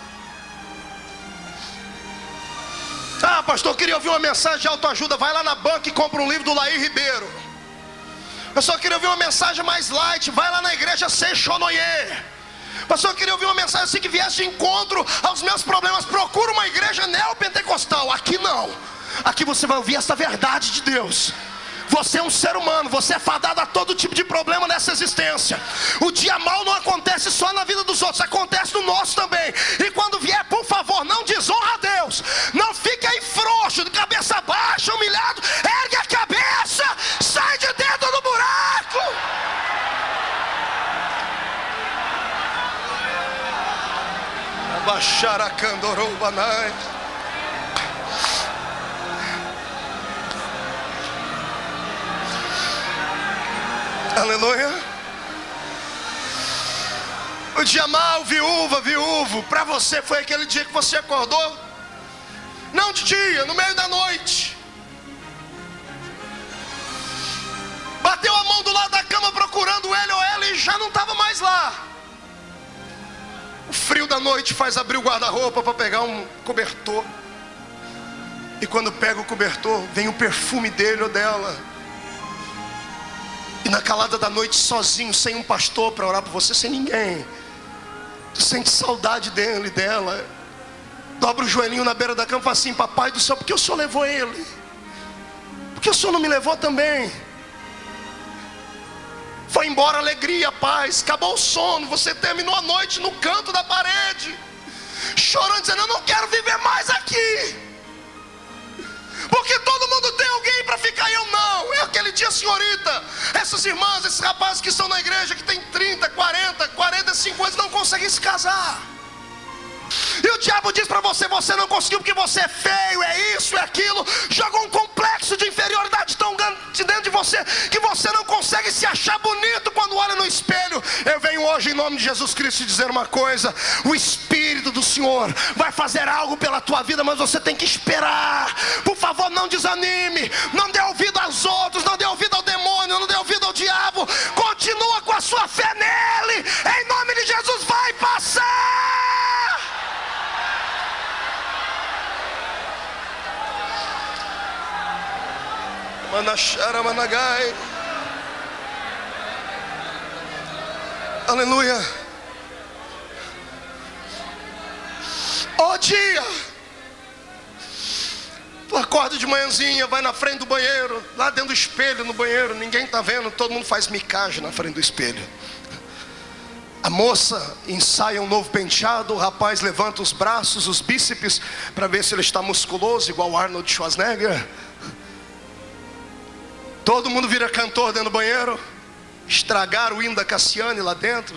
Ah, pastor, eu queria ouvir uma mensagem de autoajuda. Vai lá na banca e compra um livro do Laí Ribeiro. Eu só queria ouvir uma mensagem mais light. Vai lá na igreja Seixonoye. Pastor, eu queria ouvir uma mensagem assim que viesse de encontro aos meus problemas. Procura uma igreja neopentecostal. Aqui não. Aqui você vai ouvir essa verdade de Deus. Você é um ser humano, você é fadado a todo tipo de problema nessa existência. O dia mal não acontece só na vida dos outros, acontece no nosso também. E quando vier, por favor, não desonra a Deus. Não fique aí frouxo, de cabeça baixa, humilhado. Ergue a cabeça, sai de dentro do buraco. Abaixar a candorobanai. Aleluia. O dia mal, viúvo, para você foi aquele dia que você acordou, não de dia, no meio da noite, bateu a mão do lado da cama procurando ele ou ela e já não estava mais lá. O frio da noite faz abrir o guarda-roupa para pegar um cobertor, e quando pega o cobertor vem o perfume dele ou dela. E na calada da noite, sozinho, sem um pastor para orar por você, sem ninguém, tu sente saudade dele, dela. Dobra o joelhinho na beira da cama e fala assim: papai do céu, por que o senhor levou ele? Por que o senhor não me levou também? Foi embora a alegria, a paz, acabou o sono. Você terminou a noite no canto da parede, chorando, dizendo: eu não quero viver mais aqui, porque todo mundo tem alguém para ficar e eu não. É aquele dia, senhorita, essas irmãs, esses rapazes que estão na igreja, que tem 30, 40, 45 anos, não conseguem se casar. E o diabo diz para você: você não conseguiu porque você é feio, é isso, é aquilo. Jogou um complexo de inferioridade tão grande dentro de você, que você não consegue se achar bonito quando olha no espelho. Eu venho hoje em nome de Jesus Cristo te dizer uma coisa: o Espírito do Senhor vai fazer algo pela tua vida, mas você tem que esperar. Por favor, não desanime, não dê ouvido aos outros, não dê ouvido ao demônio, não dê ouvido ao diabo. Continua com a sua fé nele, em nome de Jesus. Vai passar. Manachara Managai. Aleluia. Ó dia, tu acorda de manhãzinha, vai na frente do banheiro, lá dentro do espelho, no banheiro, ninguém está vendo, todo mundo faz micagem na frente do espelho. A moça ensaia um novo penteado, o rapaz levanta os braços, os bíceps, para ver se ele está musculoso, igual Arnold Schwarzenegger. Todo mundo vira cantor dentro do banheiro. Estragaram o hino da Cassiane lá dentro.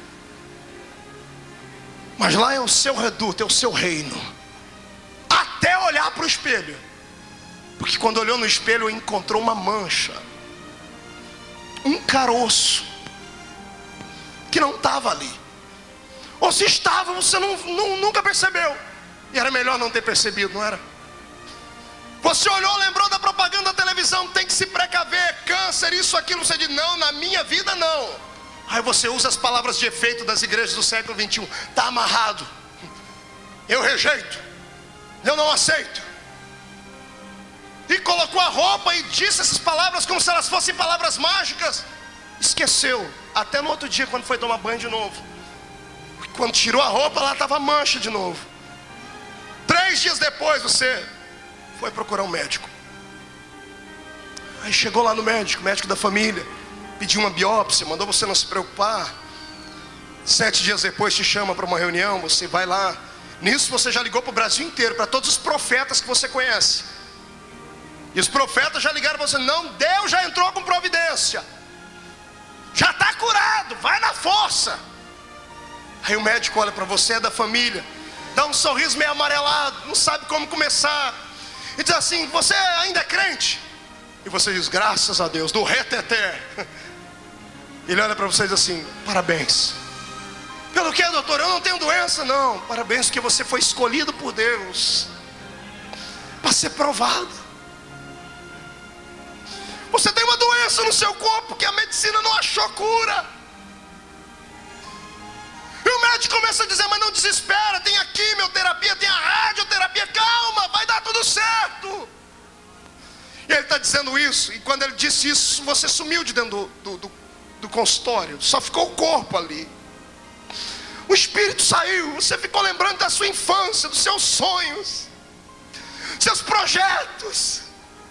Mas lá é o seu reduto, é o seu reino. Até olhar para o espelho. Porque quando olhou no espelho, encontrou uma mancha, um caroço, que não estava ali. Ou se estava, você nunca percebeu. E era melhor não ter percebido, não era? Você olhou, lembrou da propaganda da televisão: tem que se precaver, câncer, isso, aquilo. Você diz: não, na minha vida não. Aí você usa as palavras de efeito das igrejas do século 21. Está amarrado, eu rejeito, eu não aceito. E colocou a roupa e disse essas palavras como se elas fossem palavras mágicas. Esqueceu, até no outro dia quando foi tomar banho de novo. Quando tirou a roupa, lá estava mancha de novo. 3 dias depois você foi procurar um médico. Aí chegou lá no médico, médico da família, pediu uma biópsia, mandou você não se preocupar. 7 dias depois te chama para uma reunião, você vai lá. Nisso você já ligou para o Brasil inteiro, para todos os profetas que você conhece. E os profetas já ligaram para você: não, Deus já entrou com providência, já está curado, vai na força. Aí o médico olha para você, é da família, dá um sorriso meio amarelado, não sabe como começar, e diz assim: você ainda é crente? E você diz: graças a Deus, do reteté. Ele olha para você e diz assim: parabéns. Pelo que, doutor? Eu não tenho doença. Não, parabéns, porque você foi escolhido por Deus para ser provado. Você tem uma doença no seu corpo que a medicina não achou cura. E o médico começa a dizer: mas não desespera, tem a quimioterapia, tem a radioterapia, calma, vai dar tudo certo. E ele está dizendo isso, e quando ele disse isso, você sumiu de dentro do consultório, só ficou o corpo ali. O espírito saiu, você ficou lembrando da sua infância, dos seus sonhos, seus projetos.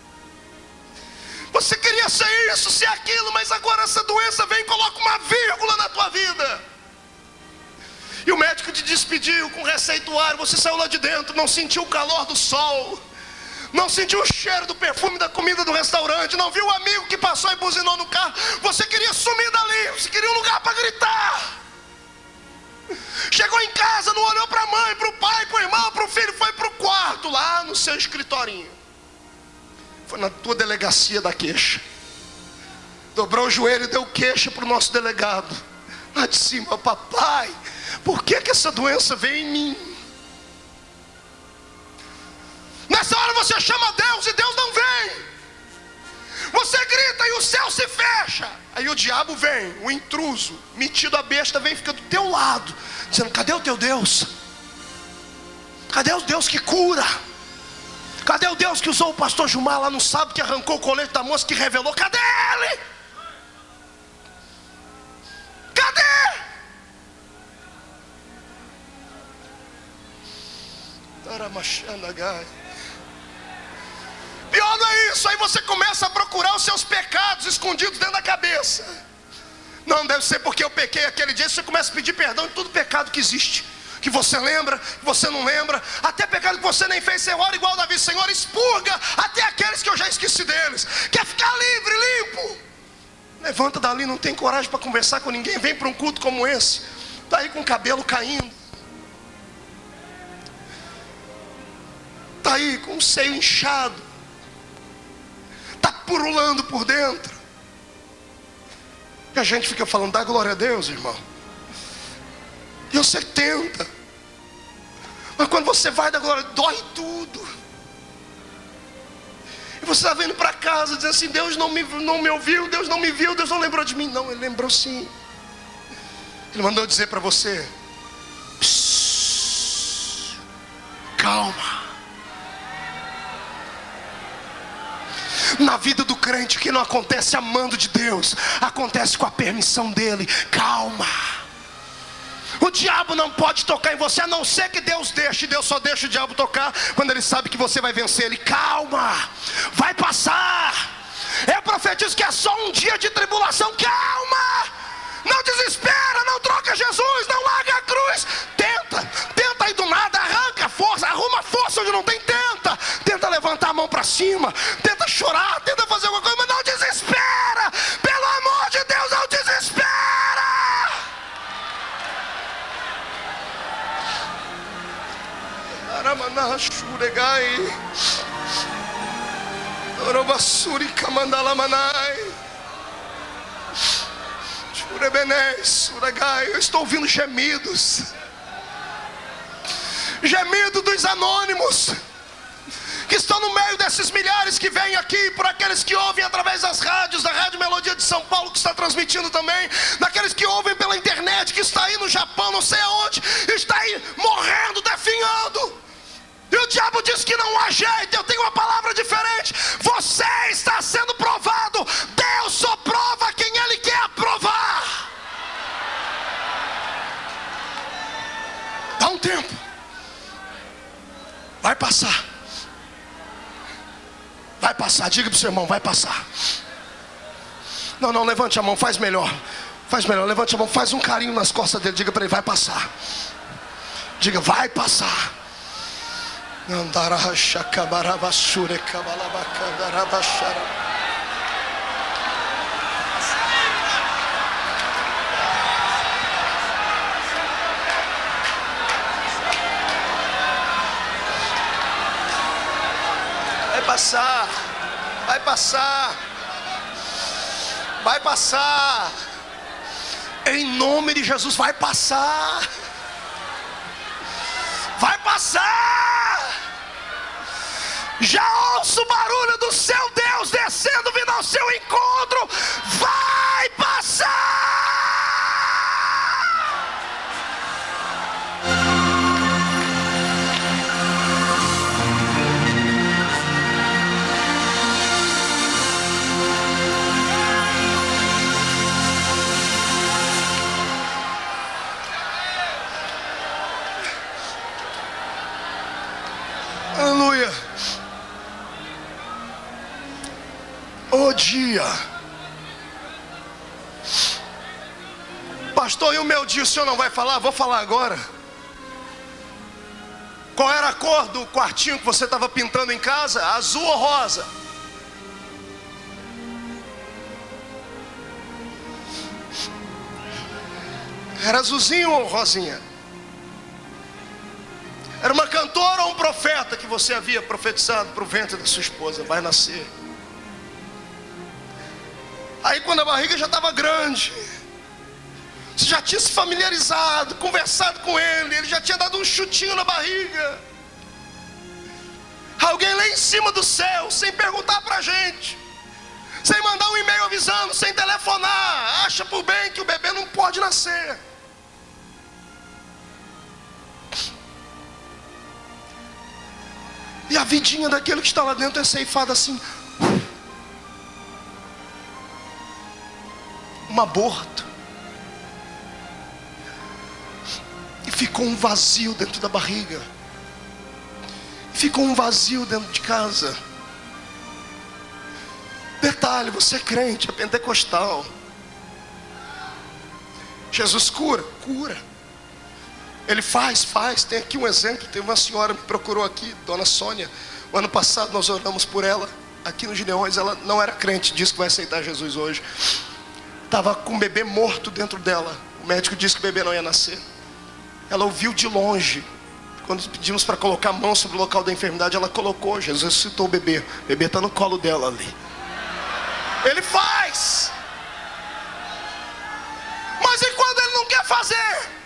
Você queria ser isso, ser aquilo, mas agora essa doença vem e coloca uma vírgula na tua vida. E o médico te despediu com receituário, você saiu lá de dentro, não sentiu o calor do sol, não sentiu o cheiro do perfume da comida do restaurante, não viu o amigo que passou e buzinou no carro. Você queria sumir dali, você queria um lugar para gritar. Chegou em casa, não olhou para a mãe, para o pai, para o irmão, para o filho, foi para o quarto, lá no seu escritorinho. Foi na tua delegacia da queixa. Dobrou o joelho e deu queixa para o nosso delegado. Lá de cima: papai, por que essa doença veio em mim? Nessa hora você chama Deus e Deus não vem. Você grita e o céu se fecha. Aí o diabo vem, o intruso, metido a besta, vem e fica do teu lado, dizendo: cadê o teu Deus? Cadê o Deus que cura? Cadê o Deus que usou o pastor Gilmar lá no sábado, que arrancou o colete da moça, que revelou? Cadê ele? Cadê? Pior não é isso. Aí você começa a procurar os seus pecados escondidos dentro da cabeça. Não, deve ser porque eu pequei aquele dia. Você começa a pedir perdão de todo pecado que existe, que você lembra, que você não lembra, até pecado que você nem fez. Você ora igual Davi: Senhor, expurga até aqueles que eu já esqueci deles. Quer ficar livre, limpo? Levanta dali, não tem coragem para conversar com ninguém. Vem para um culto como esse, está aí com o cabelo caindo, está aí com o seio inchado, está purulando por dentro. E a gente fica falando: dá glória a Deus, irmão. E você tenta, mas quando você vai dar glória, dói tudo. E você está vindo para casa dizendo assim: Deus não me ouviu, Deus não me viu, Deus não lembrou de mim. Não, Ele lembrou sim. Ele mandou dizer para você: calma. Na vida do crente, o que não acontece amando de Deus, acontece com a permissão dele. Calma. O diabo não pode tocar em você, a não ser que Deus deixe. Deus só deixa o diabo tocar quando ele sabe que você vai vencer ele. Calma, vai passar. Eu profetizo que é só um dia de tribulação. Calma, não desespera, não troca Jesus, não larga a cruz. Tenta aí do nada, arranca força, arruma força onde não tem. Tenta levantar a mão para cima, tenta chorar, tenta fazer alguma coisa, mas não desespera. Pelo amor de Deus, não desespera. Eu estou ouvindo gemidos, gemido dos anônimos que estão no meio desses milhares que vêm aqui, por aqueles que ouvem através das rádios, da Rádio Melodia de São Paulo, que está transmitindo também, daqueles que ouvem pela internet, que está aí no Japão, não sei aonde, está aí morrendo, definhando. E o diabo diz que não há jeito. Eu tenho uma palavra diferente: você está sendo provado. Deus só prova quem Ele quer aprovar. Dá um tempo, vai passar. Vai passar, diga para o seu irmão: vai passar. Não, levante a mão, faz melhor, levante a mão, faz um carinho nas costas dele, diga para ele: vai passar. Diga, vai passar. Vai passar. Vai passar. Vai passar. Em nome de Jesus, vai passar. Vai passar. Já ouço o barulho do seu Deus descendo, vindo ao seu encontro. Vai passar. Aleluia. O dia. Pastor, e o meu dia o senhor não vai falar? Vou falar agora. Qual era a cor do quartinho que você estava pintando em casa? Azul ou rosa? Era azulzinho ou rosinha? Era uma cantora ou um profeta que você havia profetizado para o ventre da sua esposa? Vai nascer. Aí quando a barriga já estava grande, você já tinha se familiarizado, conversado com ele já tinha dado um chutinho na barriga. Alguém lá em cima do céu, sem perguntar para a gente, sem mandar um e-mail avisando, sem telefonar, acha por bem que o bebê não pode nascer. E a vidinha daquele que está lá dentro é ceifada assim. Um aborto. E ficou um vazio dentro da barriga. Ficou um vazio dentro de casa. Detalhe, você é crente, é pentecostal. Jesus cura, cura. Ele faz. Tem aqui um exemplo. Tem uma senhora que me procurou aqui, Dona Sônia. O ano passado nós oramos por ela. Aqui no Gideões, ela não era crente. Disse que vai aceitar Jesus hoje. Estava com um bebê morto dentro dela. O médico disse que o bebê não ia nascer. Ela ouviu de longe. Quando pedimos para colocar a mão sobre o local da enfermidade, ela colocou. Jesus ressuscitou o bebê. O bebê está no colo dela ali. Ele faz. Mas e quando ele não quer fazer?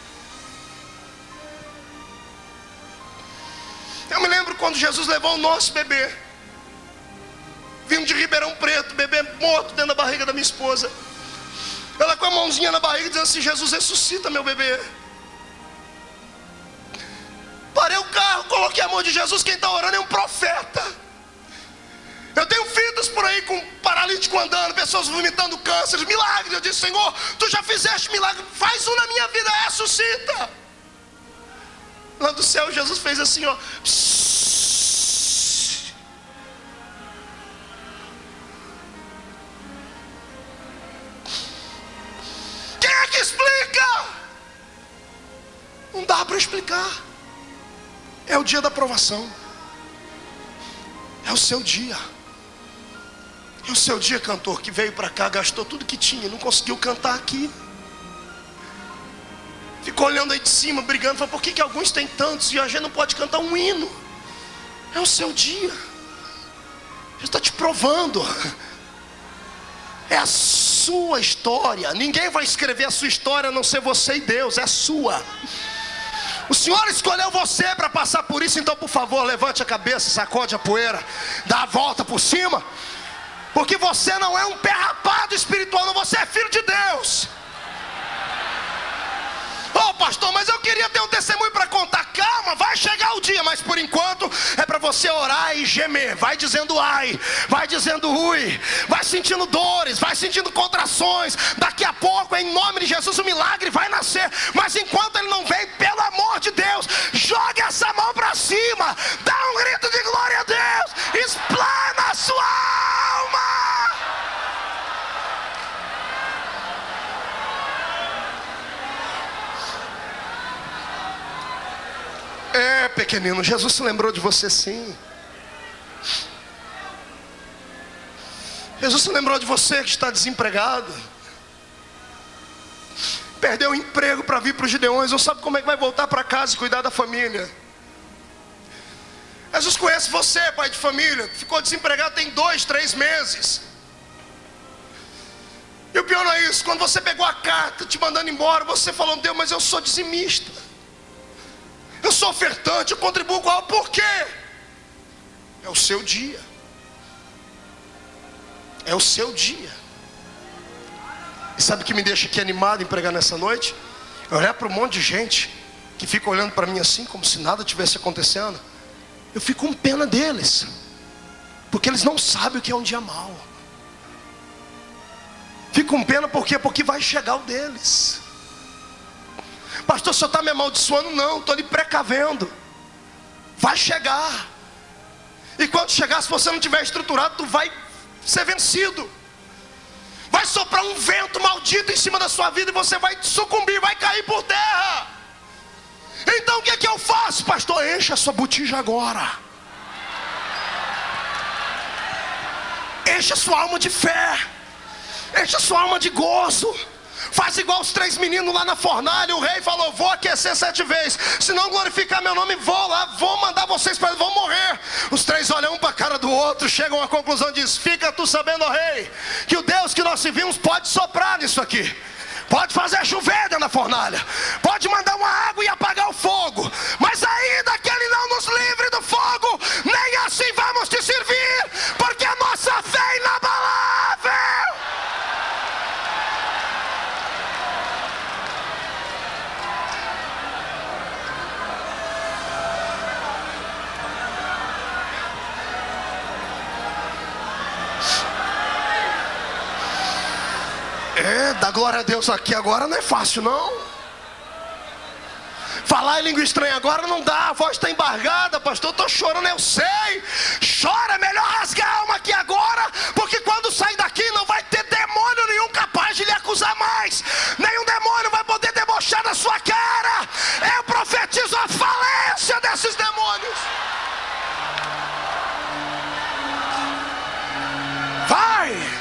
Eu me lembro quando Jesus levou o nosso bebê, vindo de Ribeirão Preto, bebê morto dentro da barriga da minha esposa. Ela com a mãozinha na barriga dizendo assim: Jesus, ressuscita meu bebê. Parei o carro, coloquei a mão de Jesus. Quem está orando é um profeta. Eu tenho vidas por aí com paralítico andando, pessoas vomitando câncer, milagres. Eu disse: Senhor, tu já fizeste milagre, faz um na minha vida, ressuscita. Lá do céu Jesus fez assim, ó. Quem é que explica? Não dá para explicar. É o dia da aprovação. É o seu dia. É o seu dia, cantor, que veio para cá, gastou tudo que tinha, não conseguiu cantar aqui. Ficou olhando aí de cima, brigando. Falou: por que alguns têm tantos e a gente não pode cantar um hino? É o seu dia. Ele está te provando. É a sua história. Ninguém vai escrever a sua história a não ser você e Deus. É a sua. O Senhor escolheu você para passar por isso. Então, por favor, levante a cabeça, sacode a poeira, dá a volta por cima. Porque você não é um pé rapado espiritual, não. Você é filho de Deus. Oh, pastor, mas eu queria ter um testemunho para contar. Calma, vai chegar o dia. Mas por enquanto é para você orar e gemer. Vai dizendo ai, vai dizendo ui, vai sentindo dores, vai sentindo contrações. Daqui a pouco, em nome de Jesus, o milagre vai nascer. Mas enquanto ele não vem, pelo amor de Deus, jogue essa mão para cima, dá um grito de glória a Deus, explana a sua alma. pequenino, Jesus se lembrou de você sim. Jesus se lembrou de você que está desempregado, perdeu o emprego para vir para os Gideões, não sabe como é que vai voltar para casa e cuidar da família. Jesus conhece você, pai de família, ficou desempregado tem 2, 3 meses. E o pior não é isso, quando você pegou a carta te mandando embora, você falou: Deus, mas eu sou dizimista, eu sou ofertante, eu contribuo com algo. Por quê? É o seu dia. É o seu dia. E sabe o que me deixa aqui animado em pregar nessa noite? Eu olhar para um monte de gente que fica olhando para mim assim, como se nada tivesse acontecendo. Eu fico com pena deles, porque eles não sabem o que é um dia mau. Fico com pena porque vai chegar o deles. Pastor, o senhor está me amaldiçoando? Não, estou lhe precavendo. Vai chegar. E quando chegar, se você não tiver estruturado, tu vai ser vencido. Vai soprar um vento maldito em cima da sua vida e você vai sucumbir, vai cair por terra. Então o que é que eu faço, pastor? Encha a sua botija agora. Encha a sua alma de fé. Encha a sua alma de gozo. Faz igual os 3 meninos lá na fornalha. O rei falou: vou aquecer 7 vezes, se não glorificar meu nome, vou lá, vou mandar vocês para, vão morrer. Os 3 olham um para a cara do outro, chegam à conclusão e dizem: fica tu sabendo, ó rei, que o Deus que nós servimos pode soprar nisso aqui, pode fazer chover dentro da fornalha, pode mandar uma água e apagar o fogo, mas ainda que Ele não nos livre do fogo, nem assim vamos te servir, porque a nossa fé é inabalável. Dar glória a Deus aqui agora não é fácil não. Falar em língua estranha agora não dá, a voz está embargada. Pastor, eu estou chorando, eu sei. Chora, é melhor rasgar a alma aqui agora, porque quando sair daqui não vai ter demônio nenhum capaz de lhe acusar mais. Nenhum demônio vai poder debochar da sua cara. Eu profetizo a falência desses demônios. Vai!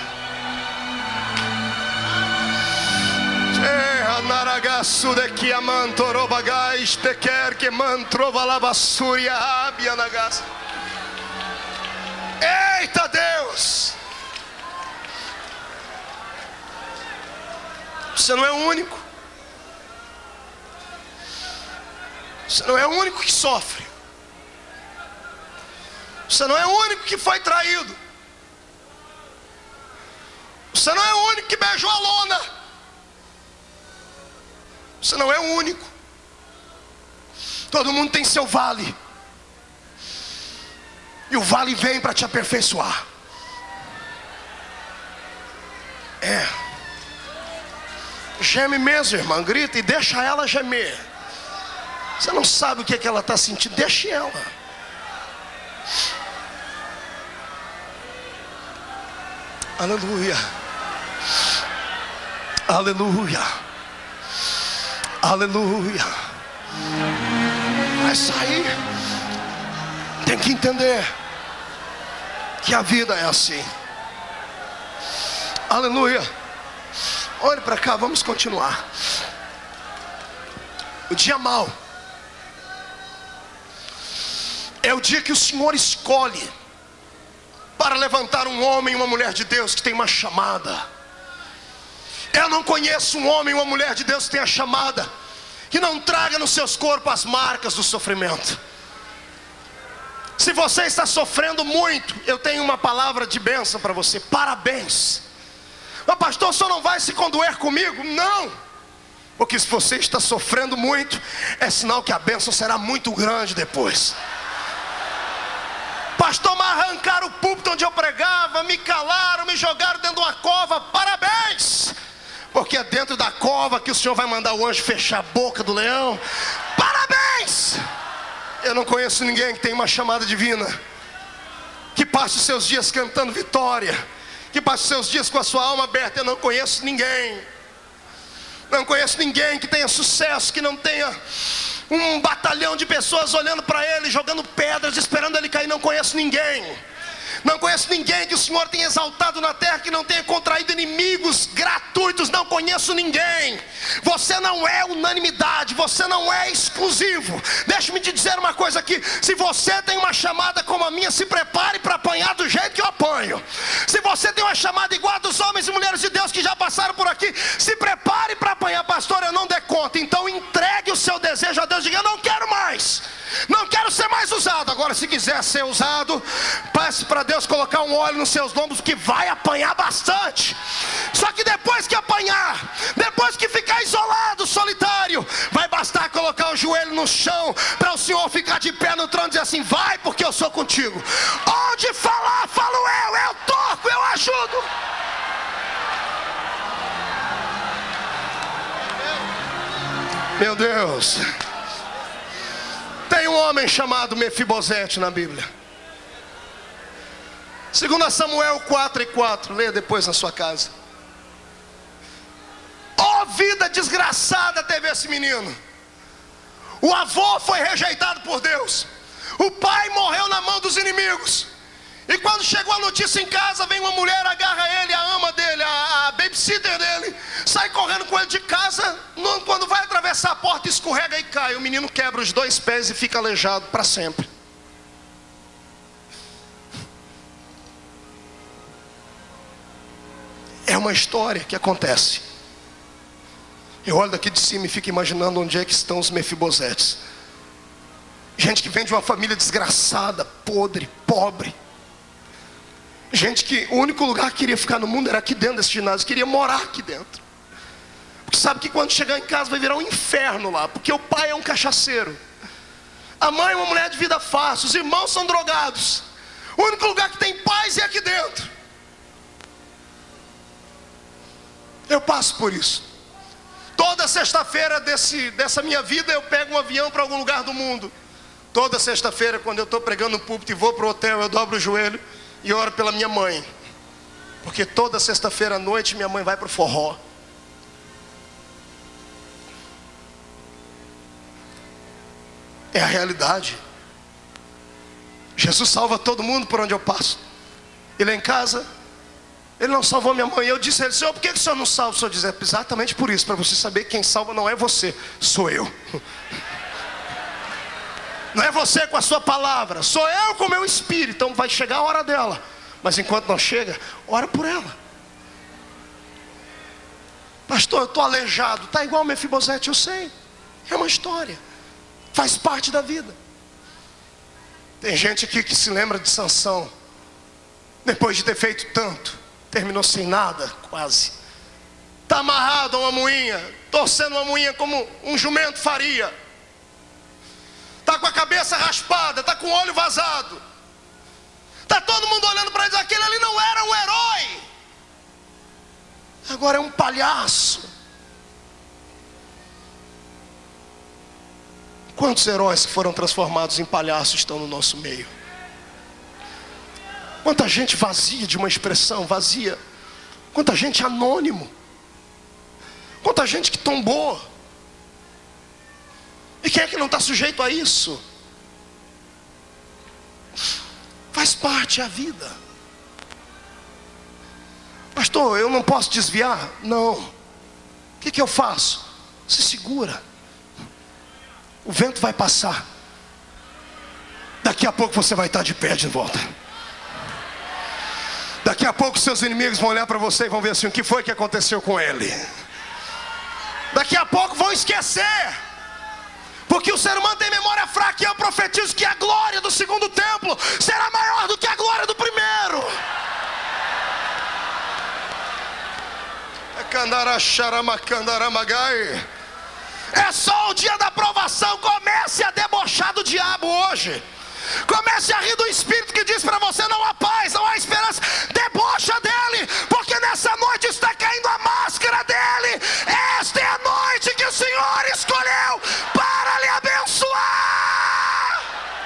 Eita Deus! Você não é o único. Você não é o único que sofre. Você não é o único que foi traído. Você não é o único que beijou a lona. Você não é o único. Todo mundo tem seu vale. E o vale vem para te aperfeiçoar. Geme mesmo, irmã. Grita e deixa ela gemer. Você não sabe o que ela está sentindo. Deixe ela. Aleluia. Aleluia. Aleluia. Vai sair. Tem que entender que a vida é assim. Aleluia. Olhe para cá, vamos continuar. O dia mau é o dia que o Senhor escolhe para levantar um homem e uma mulher de Deus que tem uma chamada. Eu não conheço um homem e uma mulher de Deus que tenha chamada, que não traga nos seus corpos as marcas do sofrimento. Se você está sofrendo muito, eu tenho uma palavra de bênção para você. Parabéns. Mas pastor, o senhor não vai se condoer comigo? Não. Porque se você está sofrendo muito, é sinal que a bênção será muito grande depois. Pastor, me arrancaram o púlpito onde eu pregava, me calaram, me jogaram dentro de uma cova. Parabéns. Porque é dentro da cova que o Senhor vai mandar o anjo fechar a boca do leão. Parabéns. Eu não conheço ninguém que tenha uma chamada divina, que passe os seus dias cantando vitória, que passe os seus dias com a sua alma aberta. Eu não conheço ninguém. Não conheço ninguém que tenha sucesso, que não tenha um batalhão de pessoas olhando para ele, jogando pedras, esperando ele cair. Não conheço ninguém. Não conheço ninguém que o Senhor tenha exaltado na terra, que não tenha contraído inimigos gratuitos. Não conheço ninguém. Você não é unanimidade, você não é exclusivo. Deixa-me te dizer uma coisa aqui: se você tem uma chamada como a minha, se prepare para apanhar do jeito que eu apanho. Se você tem uma chamada igual a dos homens e mulheres de Deus que já passaram por aqui, se prepare para apanhar. Pastor, eu não dei conta. Então entregue o seu desejo a Deus. Diga: eu não quero mais, não quero ser mais usado. Agora, se quiser ser usado, peça para Deus colocar um óleo nos seus lombos, que vai apanhar bastante. Só que depois que apanhar, depois que ficar isolado, solitário, vai bastar colocar o joelho no chão para o Senhor ficar de pé no trono e dizer assim: vai, porque eu sou contigo. Onde falar, falo eu toco, eu ajudo. Meu Deus. Tem um homem chamado Mefibosete na Bíblia. 2 Samuel 4:4. Leia depois na sua casa. Oh, vida desgraçada teve esse menino. O avô foi rejeitado por Deus. O pai morreu na mão dos inimigos. E quando chegou a notícia em casa, vem uma mulher, agarra ele, a ama dele, a babysitter dele, sai correndo com ele de casa. Quando vai atravessar a porta, escorrega e cai. O menino quebra os 2 pés e fica aleijado para sempre. É uma história que acontece. Eu olho daqui de cima e fico imaginando onde é que estão os Mefibosetes. Gente que vem de uma família desgraçada, podre, pobre. Gente que o único lugar que queria ficar no mundo era aqui dentro desse ginásio, queria morar aqui dentro. Porque sabe que quando chegar em casa vai virar um inferno lá, porque o pai é um cachaceiro, a mãe é uma mulher de vida fácil, os irmãos são drogados. O único lugar que tem paz é aqui dentro. Eu passo por isso. Toda sexta-feira dessa minha vida eu pego um avião para algum lugar do mundo. Toda sexta-feira, quando eu estou pregando no púlpito e vou para o hotel, eu dobro o joelho e oro pela minha mãe. Porque toda sexta-feira à noite minha mãe vai para o forró. É a realidade. Jesus salva todo mundo por onde eu passo. E lá em casa, Ele não salvou minha mãe. Eu disse a Ele: Senhor, por que o Senhor não salva? O Senhor diz: é exatamente por isso, para você saber que quem salva não é você, sou eu. Não é você com a sua palavra, sou eu com o meu espírito. Então vai chegar a hora dela, mas enquanto não chega, ora por ela. Pastor, eu estou aleijado. Está igual o Mefibosete, eu sei. É uma história, faz parte da vida. Tem gente aqui que se lembra de Sansão. Depois de ter feito tanto, terminou sem nada, quase. Está amarrado a uma moinha, torcendo uma moinha como um jumento faria. Está com a cabeça raspada, está com o olho vazado. Está todo mundo olhando para ele: aquele ali não era um herói, agora é um palhaço. Quantos heróis que foram transformados em palhaços estão no nosso meio? Quanta gente vazia de uma expressão, vazia. Quanta gente anônimo. Quanta gente que tombou. E quem é que não está sujeito a isso? Faz parte, é a vida. Pastor, eu não posso desviar? Não. O que eu faço? Se segura. O vento vai passar. Daqui a pouco você vai estar de pé de volta. Daqui a pouco seus inimigos vão olhar para você e vão ver assim: o que foi que aconteceu com ele? Daqui a pouco vão esquecer. Porque o ser humano tem memória fraca. E eu profetizo que a glória do segundo templo será maior do que a glória do primeiro. É só o dia da provação. Comece a debochar do diabo hoje. Comece a rir do espírito que diz para você: não há paz, não há esperança. Debocha dele, porque nessa noite está caindo a máscara dele. Esta é a noite que o Senhor escolheu para lhe abençoar.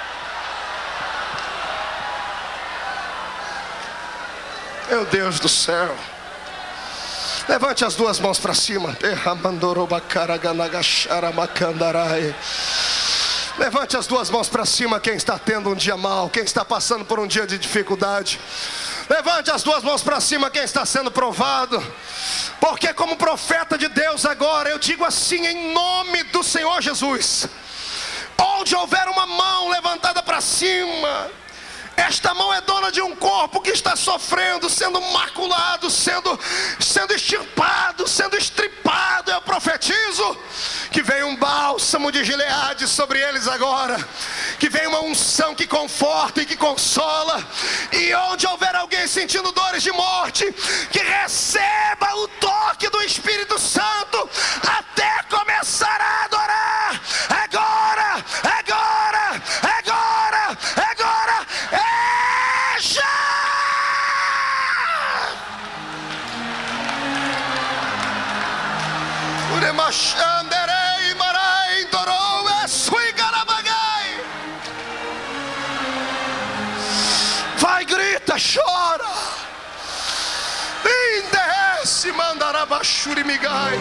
Meu Deus do céu. Levante as duas mãos para cima. Levante as duas mãos para cima quem está tendo um dia mau, quem está passando por um dia de dificuldade. Levante as duas mãos para cima quem está sendo provado. Porque como profeta de Deus agora, eu digo assim em nome do Senhor Jesus: onde houver uma mão levantada para cima, esta mão é dona de um corpo que está sofrendo, sendo maculado, sendo extirpado, sendo estripado. Eu profetizo que vem um bálsamo de Gileade sobre eles agora, que vem uma unção que conforta e que consola. E onde houver alguém sentindo dores de morte, que receba o toque do Espírito Santo até começar a adorar. Agora, agora, agora, agora, é já! Vai, grita, chora. Indesse, mandará bachuri migai.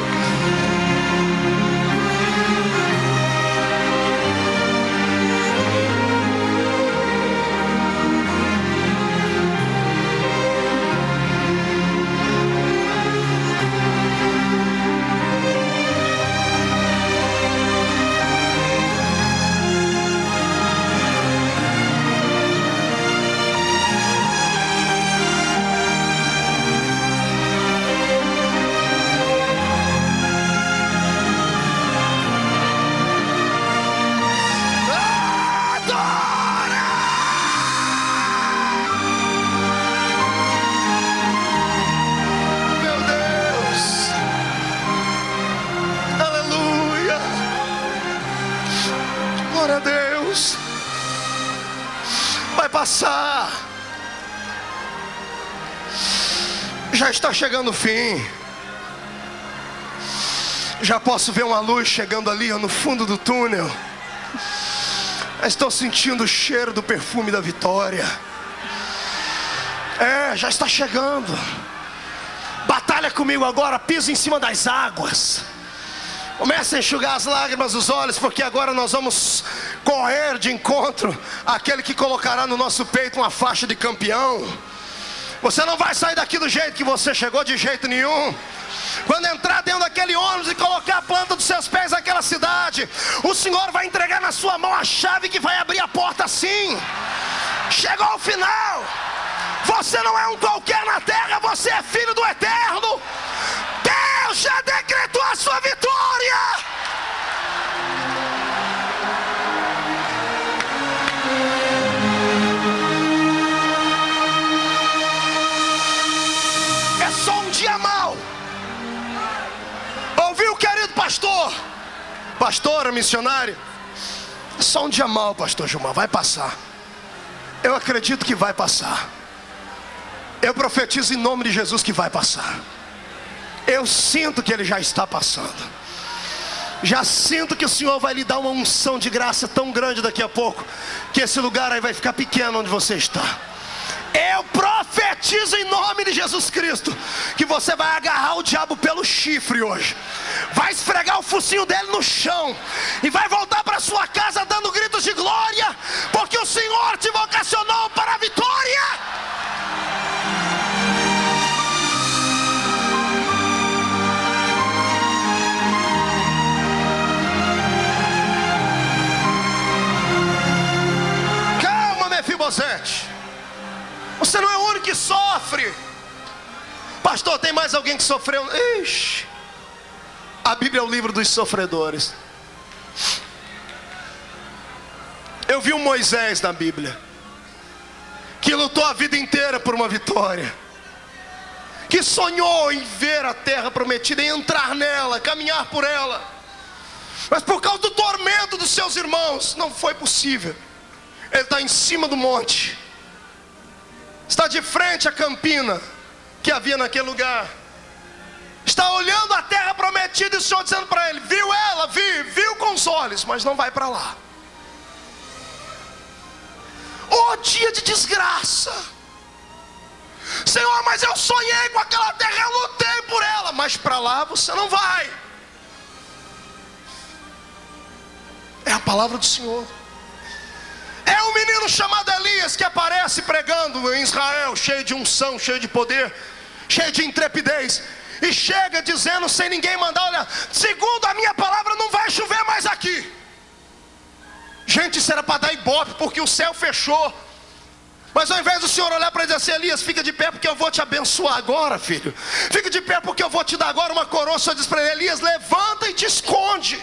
Glória a Deus. Vai passar. Já está chegando o fim. Já posso ver uma luz chegando ali, ó, no fundo do túnel. Estou sentindo o cheiro do perfume da vitória. Já está chegando. Batalha comigo agora, pisa em cima das águas. Comece a enxugar as lágrimas dos olhos, porque agora nós vamos correr de encontro àquele que colocará no nosso peito uma faixa de campeão. Você não vai sair daqui do jeito que você chegou, de jeito nenhum. Quando entrar dentro daquele ônibus e colocar a planta dos seus pés naquela cidade, o Senhor vai entregar na sua mão a chave que vai abrir a porta assim. Chegou ao final. Você não é um qualquer na terra, você é filho do Eterno. Deus já decretou a sua vitória. É só um dia mau. Ouviu, querido pastor? Pastora, missionária? É só um dia mau, pastor Gilmar, vai passar. Eu acredito que vai passar. Eu profetizo em nome de Jesus que vai passar. Eu sinto que ele já está passando. Já sinto que o Senhor vai lhe dar uma unção de graça tão grande daqui a pouco, que esse lugar aí vai ficar pequeno onde você está. Eu profetizo em nome de Jesus Cristo que você vai agarrar o diabo pelo chifre hoje. Vai esfregar o focinho dele no chão e vai voltar para sua casa dando gritos de glória, porque o Senhor te vocacionou para a vitória. Você não é o único que sofre. Pastor, tem mais alguém que sofreu? Ixi. A Bíblia é o livro dos sofredores. Eu vi um Moisés na Bíblia que lutou a vida inteira por uma vitória, que sonhou em ver a terra prometida, em entrar nela, caminhar por ela, mas por causa do tormento dos seus irmãos não foi possível. Ele está em cima do monte, está de frente à campina que havia naquele lugar, está olhando a terra prometida, e o Senhor dizendo para ele: viu ela? Viu com os olhos, mas não vai para lá. Oh, dia de desgraça. Senhor, mas eu sonhei com aquela terra, eu lutei por ela, mas para lá você não vai. É a palavra do Senhor. É um menino chamado Elias que aparece pregando em Israel, cheio de unção, cheio de poder, cheio de intrepidez, e chega dizendo sem ninguém mandar: olha, segundo a minha palavra não vai chover mais aqui. Gente, isso era para dar ibope, porque o céu fechou. Mas ao invés do Senhor olhar para ele e dizer assim: Elias, fica de pé porque eu vou te abençoar agora, filho. Fica de pé porque eu vou te dar agora uma coroa. O Senhor diz para ele: Elias, levanta e te esconde.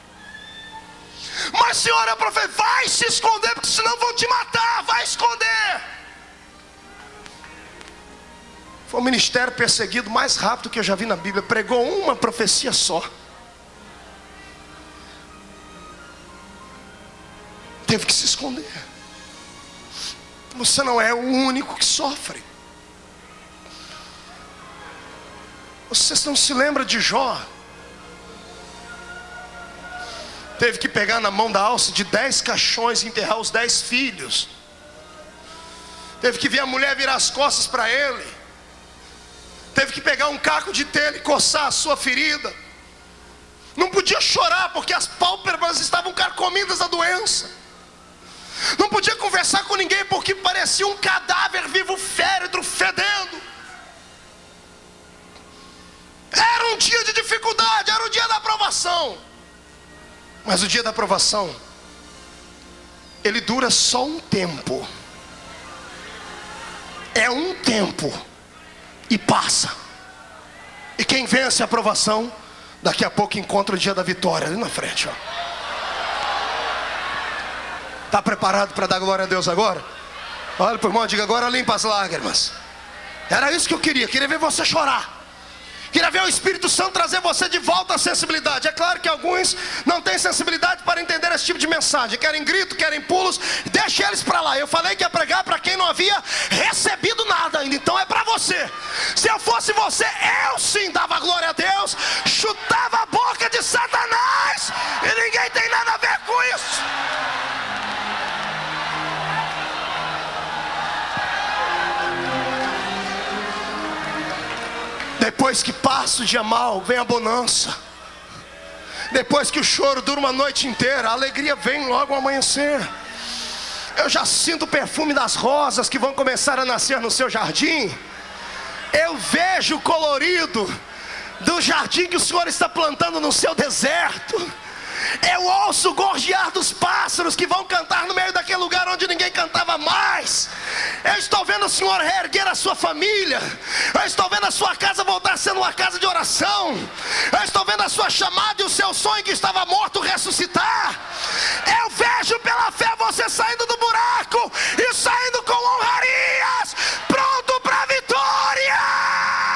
Mas Senhor, é profeta, vai se esconder, porque senão vão te matar, vai esconder. Foi o ministério perseguido mais rápido que eu já vi na Bíblia. Pregou uma profecia só. Teve que se esconder. Você não é o único que sofre. Vocês não se lembram de Jó? Teve que pegar na mão da alça de 10 caixões e enterrar os 10 filhos. Teve que ver a mulher virar as costas para ele. Teve que pegar um caco de telha e coçar a sua ferida. Não podia chorar porque as pálpebras estavam carcomidas da doença. Não podia conversar com ninguém porque parecia um cadáver vivo, féretro, fedendo. Era um dia de dificuldade, era o dia da aprovação. Mas o dia da aprovação, ele dura só um tempo. É um tempo e passa. E quem vence a aprovação, daqui a pouco encontra o dia da vitória ali na frente, ó. Está preparado para dar glória a Deus agora? Olha para o irmão, diga: agora limpa as lágrimas. Era isso que eu queria ver você chorar. Queria ver o Espírito Santo trazer você de volta à sensibilidade. É claro que alguns não têm sensibilidade para entender esse tipo de mensagem. Querem grito, querem pulos. Deixa eles para lá. Eu falei que ia pregar para quem não havia recebido nada ainda. Então é para você. Se eu fosse você, eu sim dava glória a Deus, chutava a boca de Satanás, e ninguém tem nada a ver com isso. Depois que passa o dia mal, vem a bonança. Depois que o choro dura uma noite inteira, a alegria vem logo ao amanhecer. Eu já sinto o perfume das rosas que vão começar a nascer no seu jardim. Eu vejo o colorido do jardim que o Senhor está plantando no seu deserto. Eu ouço o gorjear dos pássaros que vão cantar no meio daquele lugar onde ninguém cantava mais. Eu estou vendo o Senhor reerguer a sua família. Eu estou vendo a sua casa voltar a ser uma casa de oração. Eu estou vendo a sua chamada e o seu sonho que estava morto ressuscitar. Eu vejo pela fé você saindo do buraco e saindo com honrarias, pronto para a vitória.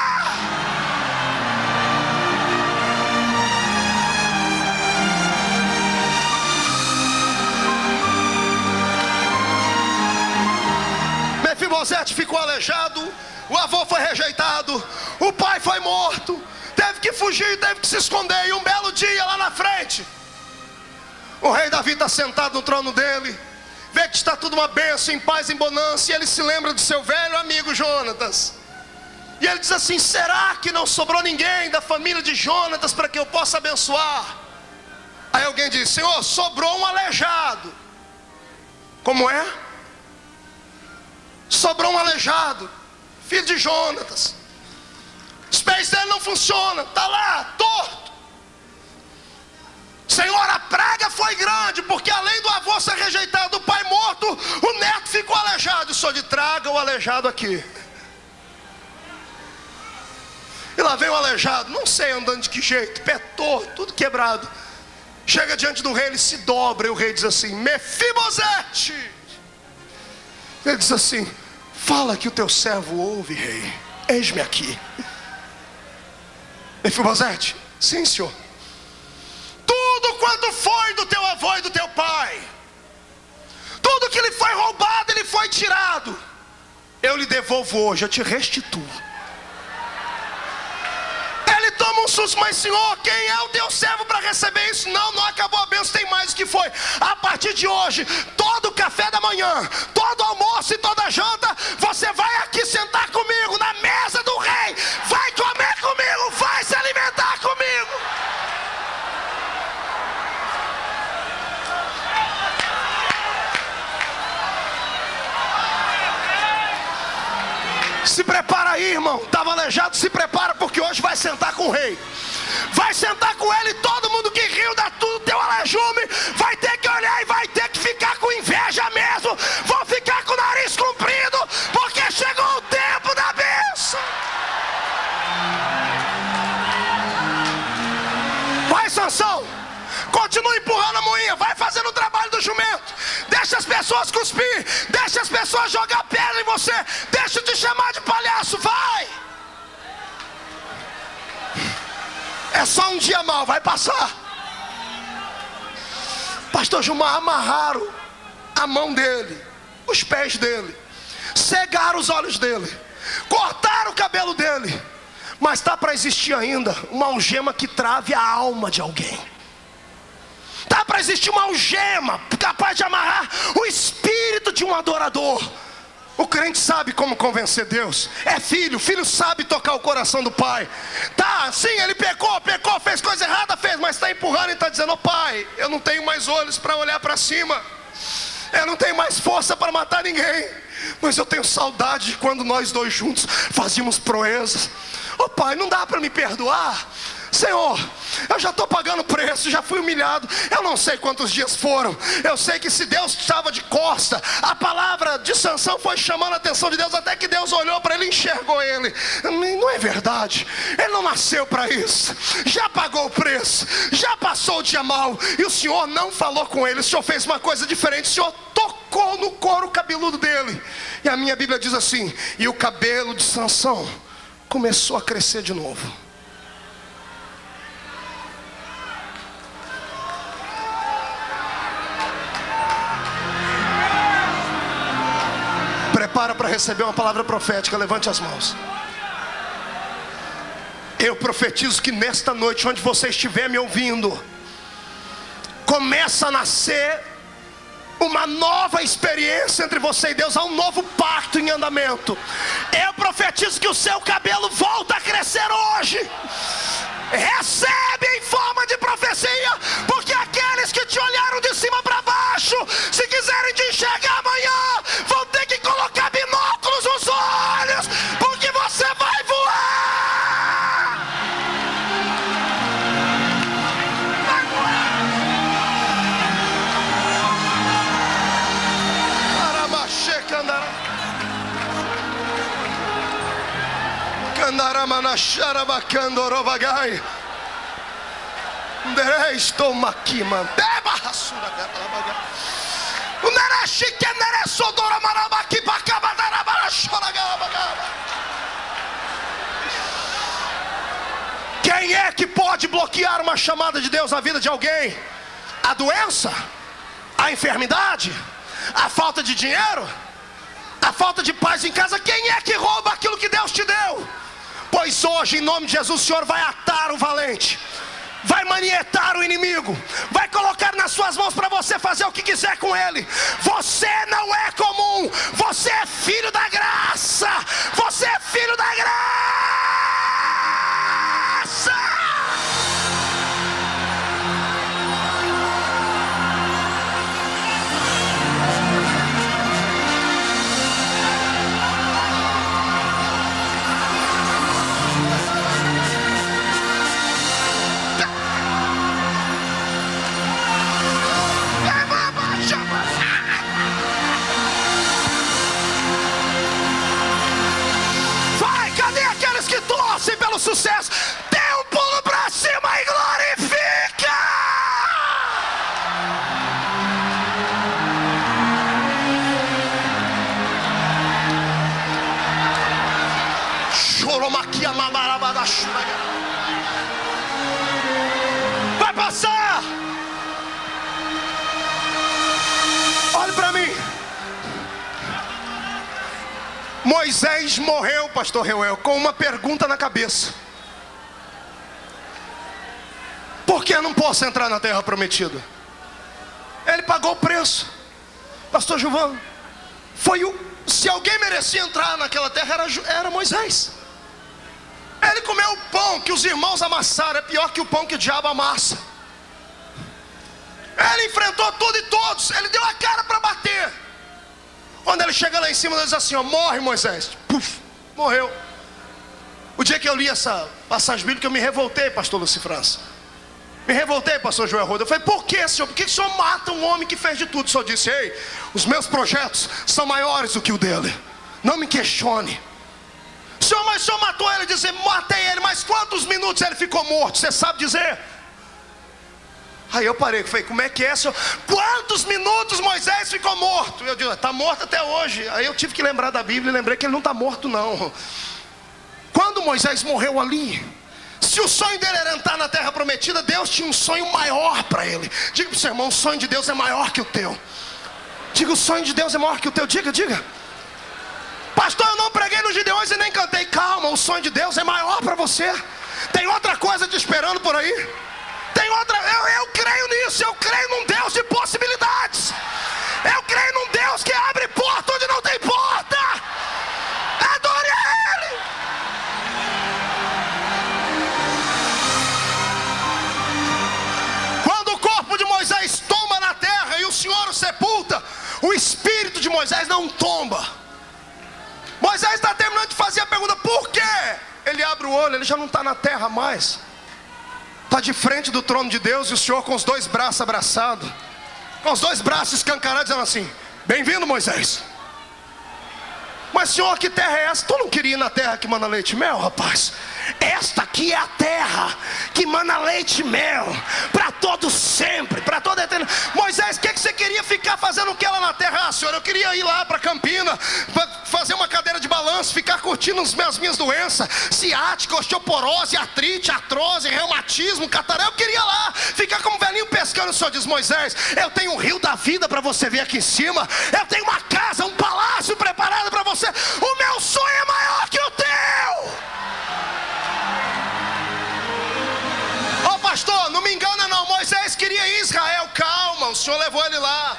Mefibosete ficou aleijado, o avô foi rejeitado, o pai foi morto, teve que fugir, teve que se esconder. E um belo dia lá na frente, o rei Davi está sentado no trono dele, vê que está tudo uma bênção, em paz, em bonança, e ele se lembra do seu velho amigo Jonatas. E ele diz assim: será que não sobrou ninguém da família de Jonatas para que eu possa abençoar? Aí alguém diz: Senhor, sobrou um aleijado. Como é? Sobrou um aleijado, filho de Jonatas. Os pés dele não funcionam, está lá, torto. Senhor, a praga foi grande, porque além do avô ser rejeitado, o pai morto, o neto ficou aleijado. E só de traga o aleijado aqui. E lá vem o aleijado, não sei andando de que jeito, pé torto, tudo quebrado. Chega diante do rei, ele se dobra, e o rei diz assim: Mefibosete. Ele diz assim: fala que o teu servo ouve, rei. Eis-me aqui. Mefibosete: sim, senhor. Tudo quanto foi do teu avô e do teu pai, tudo que lhe foi roubado, ele foi tirado, eu lhe devolvo hoje, eu te restituo. Ele toma um susto: mas Senhor, quem é o teu servo para receber isso? Não acabou a bênção, tem mais. O que foi? A partir de hoje, todo café da manhã, todo almoço e toda janta, você vai aqui sentar comigo na mesa do rei, vai comer comigo, vai se alimentar comigo. prepara aí, irmão. Estava aleijado, se prepara, porque hoje vai sentar com o rei. Vai sentar com ele, todo mundo que riu da tudo teu alejume vai ter que olhar e vai ter que ficar com inveja mesmo. Vão ficar com o nariz comprido, porque chegou o tempo da bênção. Vai, Sansão, continua empurrando a moinha, vai fazendo o trabalho do jumento. Deixa as pessoas cuspir, deixa as pessoas jogar pedra em você, deixa te chamar de palhaço, vai. É só um dia mal, vai passar. Pastor Gilmar, amarraram a mão dele, os pés dele, cegaram os olhos dele, cortaram o cabelo dele, mas está para existir ainda uma algema que trave a alma de alguém. Está para existir uma algema capaz de amarrar o espírito de um adorador. O crente sabe como convencer Deus. É filho, filho sabe tocar o coração do pai. Tá, sim, ele pecou, fez coisa errada, mas está empurrando e está dizendo: oh, pai, eu não tenho mais olhos para olhar para cima, eu não tenho mais força para matar ninguém, mas eu tenho saudade de quando nós dois juntos fazíamos proezas. Oh, pai, não dá para me perdoar? Senhor, eu já estou pagando preço, já fui humilhado. Eu não sei quantos dias foram. Eu sei que se Deus estava de costa, a palavra de Sansão foi chamando a atenção de Deus, até que Deus olhou para ele e enxergou ele. Não é verdade, ele não nasceu para isso. Já pagou o preço, já passou o dia mal, e o Senhor não falou com ele. O Senhor fez uma coisa diferente, o Senhor tocou no couro cabeludo dele. E a minha Bíblia diz assim: e o cabelo de Sansão começou a crescer de novo. Prepara para receber uma palavra profética, levante as mãos. Eu profetizo que nesta noite, onde você estiver me ouvindo, começa a nascer uma nova experiência entre você e Deus. Há um novo pacto em andamento. Eu profetizo que o seu cabelo volta a crescer hoje. Recebe em forma de profecia, porque aqueles que te olharam de cima para baixo, se quiserem te enxergar amanhã, vão ter que colocar binóculos nos olhos, porque você vai voar. Vai voar. Quem é que pode bloquear uma chamada de Deus na vida de alguém? A doença? A enfermidade? A falta de dinheiro? A falta de paz em casa? Quem é que rouba aquilo que Deus te deu? Pois hoje, em nome de Jesus, o Senhor vai atar o valente, vai manietar o inimigo, vai colocar nas suas mãos para você fazer o que quiser com ele. Você não é comum, você é filho da graça, você é filho da graça. Pelo sucesso, dê um pulo pra cima e glorifica. Vai passar. Olhe pra mim. Moisés morreu, pastor Reuel, com uma pergunta na cabeça: por que eu não posso entrar na terra prometida? Ele pagou o preço. Pastor Gilvan, se alguém merecia entrar naquela terra, era Moisés. Ele comeu o pão que os irmãos amassaram, é pior que o pão que o diabo amassa. Ele enfrentou tudo e todos, ele deu a cara para bater. Quando ele chega lá em cima, ele diz assim: ó, morre, Moisés. Puf, morreu. O dia que eu li essa passagem bíblica, eu me revoltei, pastor Luci França. Me revoltei, pastor Joel Roda. Eu falei, por que, senhor? Por que o senhor mata um homem que fez de tudo? O senhor disse, ei, os meus projetos são maiores do que o dele. Não me questione. Senhor, mas o senhor matou ele? Dizer, matei ele, mas quantos minutos ele ficou morto? Você sabe dizer? Aí eu parei, falei, como é que é, senhor? Quantos minutos Moisés ficou morto? Eu digo, está morto até hoje. Aí eu tive que lembrar da Bíblia e lembrei que ele não está morto não. Quando Moisés morreu ali, se o sonho dele era entrar na terra prometida, Deus tinha um sonho maior para ele. Diga para o seu irmão, o sonho de Deus é maior que o teu. Diga, o sonho de Deus é maior que o teu. Diga, diga. Pastor, eu não preguei nos Gideões e nem cantei. Calma, o sonho de Deus é maior para você. Tem outra coisa te esperando por aí. Tem outra, eu creio nisso. Eu creio num Deus de possibilidades. Eu creio num Deus que abre porta onde não tem porta. Adore Ele. Quando o corpo de Moisés tomba na terra e o Senhor o sepulta, o espírito de Moisés não tomba. Moisés está terminando de fazer a pergunta, por quê? Ele abre o olho, ele já não está na terra mais. Está de frente do trono de Deus e o Senhor com os dois braços abraçados, com os dois braços escancarados, dizendo assim, bem-vindo Moisés. Mas Senhor, que terra é essa? Tu não queria ir na terra que mana leite e mel, rapaz? Esta aqui é a terra que mana leite e mel, para todo sempre, para toda a eternidade. Moisés, o que você queria ficar fazendo o que lá na terra? Ah, Senhor, eu queria ir lá para Campina, fazer uma cadeira de balanço, ficar curtindo as minhas doenças, ciática, osteoporose, artrite, artrose, reumatismo, cataré. Eu queria lá, ficar como velhinho pescando. O Senhor diz, Moisés, eu tenho um rio da vida para você ver aqui em cima. Eu tenho uma casa, um palácio preparado para você. O meu sonho é maior que o teu. Ô pastor, não me engana não, Moisés queria ir em Israel. Calma, o Senhor levou ele lá.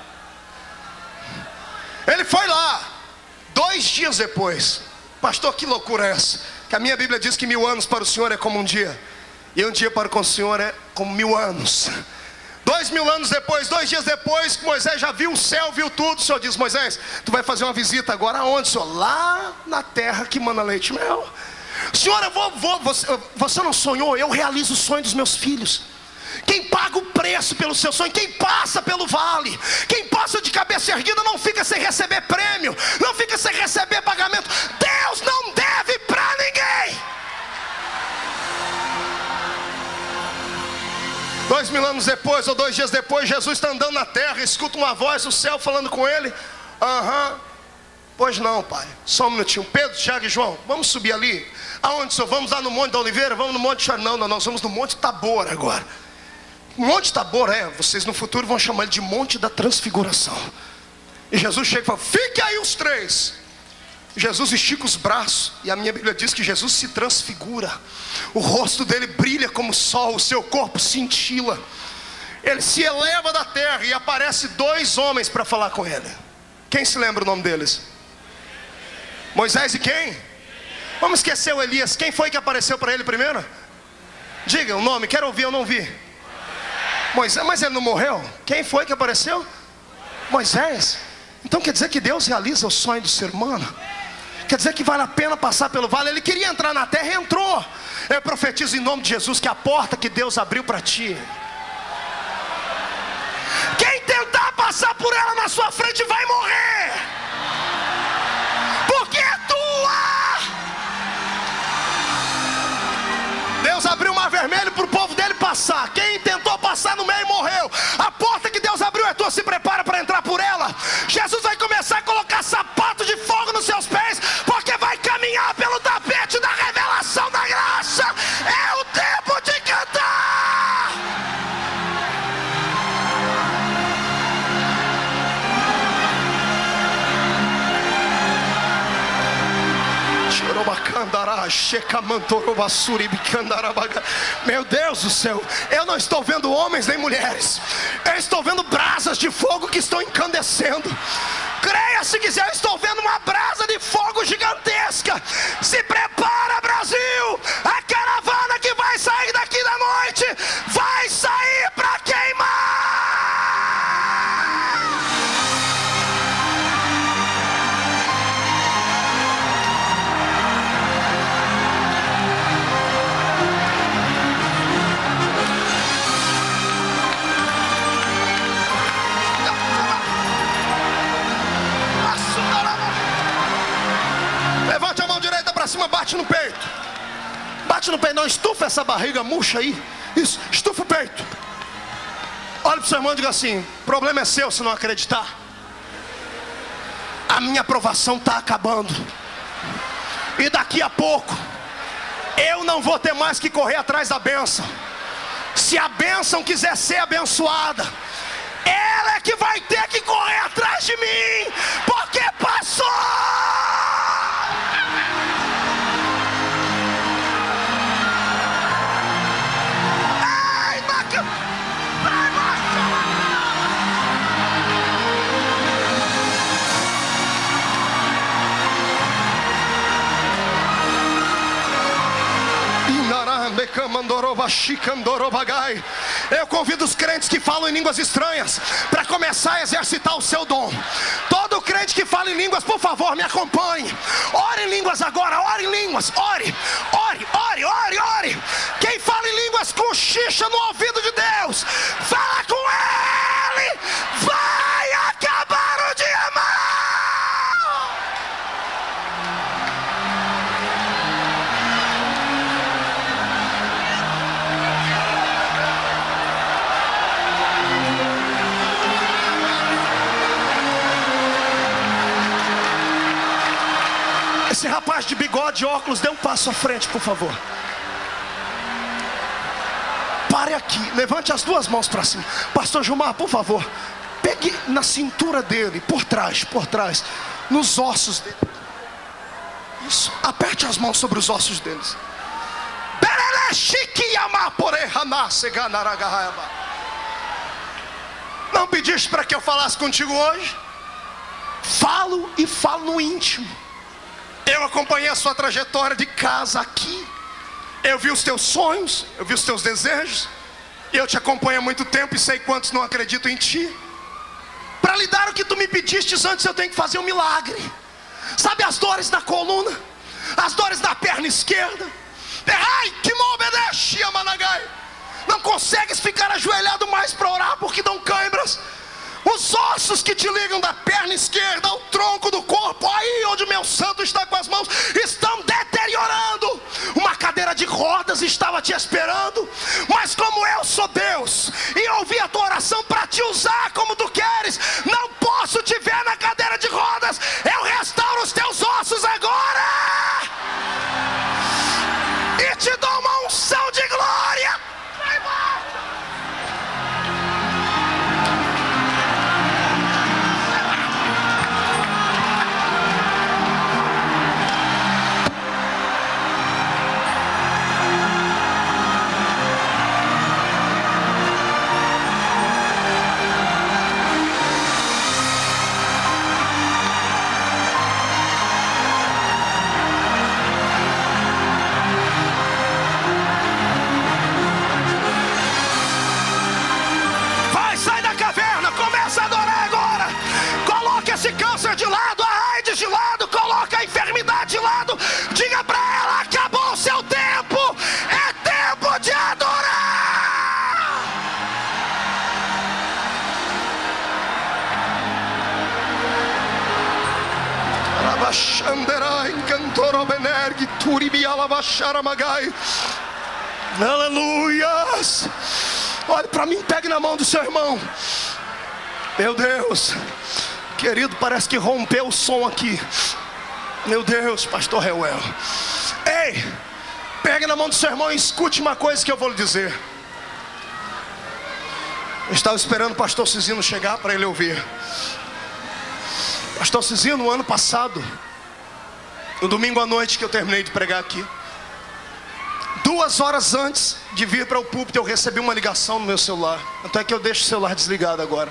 Ele foi lá. 2 dias depois. Pastor, que loucura é essa? Que a minha Bíblia diz que 1000 anos para o Senhor é como um dia, e um dia para o Senhor é como 1000 anos. 2000 anos depois, 2 dias depois, Moisés já viu o céu, viu tudo. O Senhor diz, Moisés, tu vai fazer uma visita agora aonde, Senhor? Lá na terra que mana leite e mel. Senhor, você não sonhou? Eu realizo o sonho dos meus filhos. Quem paga o preço pelo seu sonho, quem passa pelo vale, quem passa de cabeça erguida, não fica sem receber prêmio, não fica sem receber pagamento. Deus não deve para ninguém. 2000 anos depois, ou 2 dias depois, Jesus está andando na terra, escuta uma voz do céu falando com ele. Pois não, pai, só um minutinho. Pedro, Tiago e João, vamos subir ali. Aonde, Senhor? Vamos lá no Monte da Oliveira? Vamos no Monte... Não, nós vamos no Monte Tabor agora. Monte Tabor, vocês no futuro vão chamar ele de Monte da Transfiguração. E Jesus chega e fala, fique aí os 3. Jesus estica os braços, e a minha Bíblia diz que Jesus se transfigura. O rosto dele brilha como o sol, o seu corpo cintila. Ele se eleva da terra e aparece 2 homens para falar com ele. Quem se lembra o nome deles? Moisés e quem? Vamos esquecer o Elias. Quem foi que apareceu para ele primeiro? Diga o nome, quero ouvir, eu não vi. Moisés, mas ele não morreu? Quem foi que apareceu? Moisés. Então quer dizer que Deus realiza o sonho do ser humano? Quer dizer que vale a pena passar pelo vale? Ele queria entrar na terra e entrou. Eu profetizo em nome de Jesus que a porta que Deus abriu para ti, quem tentar passar por ela na sua frente vai morrer, porque é tua. Deus abriu o mar vermelho para o povo dele passar. Quem tentou passar no meio morreu. A porta que Deus abriu é tua, se prepara para entrar por ela. Jesus vai começar a colocar sapato de fogo nos seus pés, porque vai caminhar pelo tapete da revelação da graça. É o tempo de cantar. Meu Deus do céu, eu não estou vendo homens nem mulheres, eu estou vendo brasas de fogo que estão incandescendo. Creia se quiser, eu estou vendo uma brasa de fogo gigantesca. Se prepara, Brasil, a caravana que vai sair daqui da noite vai sair para queimar. bate no peito. Bate no peito, não, estufa essa barriga murcha aí. Isso, estufa o peito. Olha para o seu irmão e diga assim: o problema é seu se não acreditar. A minha aprovação está acabando. E daqui a pouco eu não vou ter mais que correr atrás da bênção. Se a bênção quiser ser abençoada, ela é que vai ter que correr atrás de mim, porque passou. Ai, eu convido os crentes que falam em línguas estranhas para começar a exercitar o seu dom. Todo crente que fala em línguas, por favor, me acompanhe. Ore em línguas agora, ore em línguas. Ore, ore, ore, ore, ore. Quem fala em línguas, cochicha no ouvido de Deus. Fala com Ele. Vai acabar o dia mal. Esse rapaz de bigode e óculos, dê um passo à frente, por favor. Pare aqui, levante as duas mãos para cima. Pastor Gilmar, por favor, pegue na cintura dele, por trás, nos ossos dele. Isso, aperte as mãos sobre os ossos deles. Não pediste para que eu falasse contigo hoje? Falo e falo no íntimo. Eu acompanhei a sua trajetória de casa aqui. Eu vi os teus sonhos, eu vi os teus desejos. Eu te acompanho há muito tempo e sei quantos não acreditam em ti. Para lhe dar o que tu me pedistes antes, eu tenho que fazer um milagre. Sabe as dores da coluna? As dores da perna esquerda? Ai, que mal obedece, Amanagai. Não consegues ficar ajoelhado mais para orar porque dão câimbras. Os ossos que te ligam da perna esquerda ao tronco do corpo, aí onde meu santo está com as mãos, estão deteriorando. Uma cadeira de rodas estava te esperando, mas como eu sou Deus e ouvi a tua oração para te usar como tu queres, não posso te ver na cadeira de rodas. Eu restauro os teus ossos agora e te dou uma unção de glória. De lado, a AIDS de lado, coloca a enfermidade de lado, diga para ela: acabou o seu tempo, é tempo de adorar. Aleluias. Olhe para mim, pegue na mão do seu irmão. Meu Deus, querido, parece que rompeu o som aqui. Meu Deus, pastor Reuel. Ei, pegue na mão do seu irmão e escute uma coisa que eu vou lhe dizer. Eu estava esperando o pastor Cizino chegar para ele ouvir. Pastor Cizino, no ano passado, no domingo à noite que eu terminei de pregar aqui, 2 horas antes de vir para o púlpito, eu recebi uma ligação no meu celular. Até que eu deixo o celular desligado agora.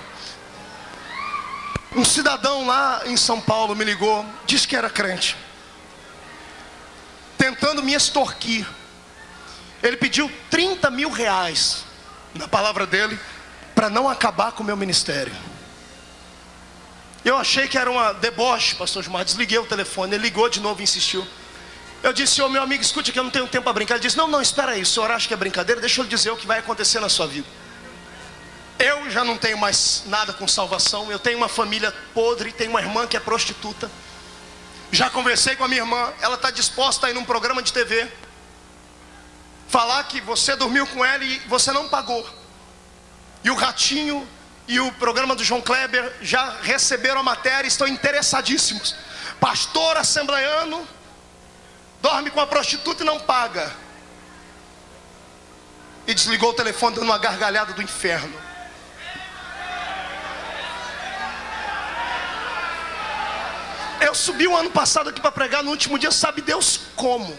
Um cidadão lá em São Paulo me ligou, disse que era crente, tentando me extorquir. Ele pediu 30 mil reais, na palavra dele, para não acabar com o meu ministério. Eu achei que era uma deboche, pastor Gilmar, desliguei o telefone. Ele ligou de novo e insistiu. Eu disse: ô meu amigo, escute que eu não tenho tempo para brincar. Ele disse: não, espera aí, o senhor acha que é brincadeira? Deixa eu lhe dizer o que vai acontecer na sua vida. Eu já não tenho mais nada com salvação. Eu tenho uma família podre, tenho uma irmã que é prostituta. Já conversei com a minha irmã, ela está disposta a ir num programa de TV, falar que você dormiu com ela e você não pagou. E o Ratinho e o programa do João Kleber já receberam a matéria e estão interessadíssimos. Pastor assembleiano dorme com a prostituta e não paga. E desligou o telefone dando uma gargalhada do inferno. Eu subi o ano passado aqui para pregar, no último dia, sabe Deus como.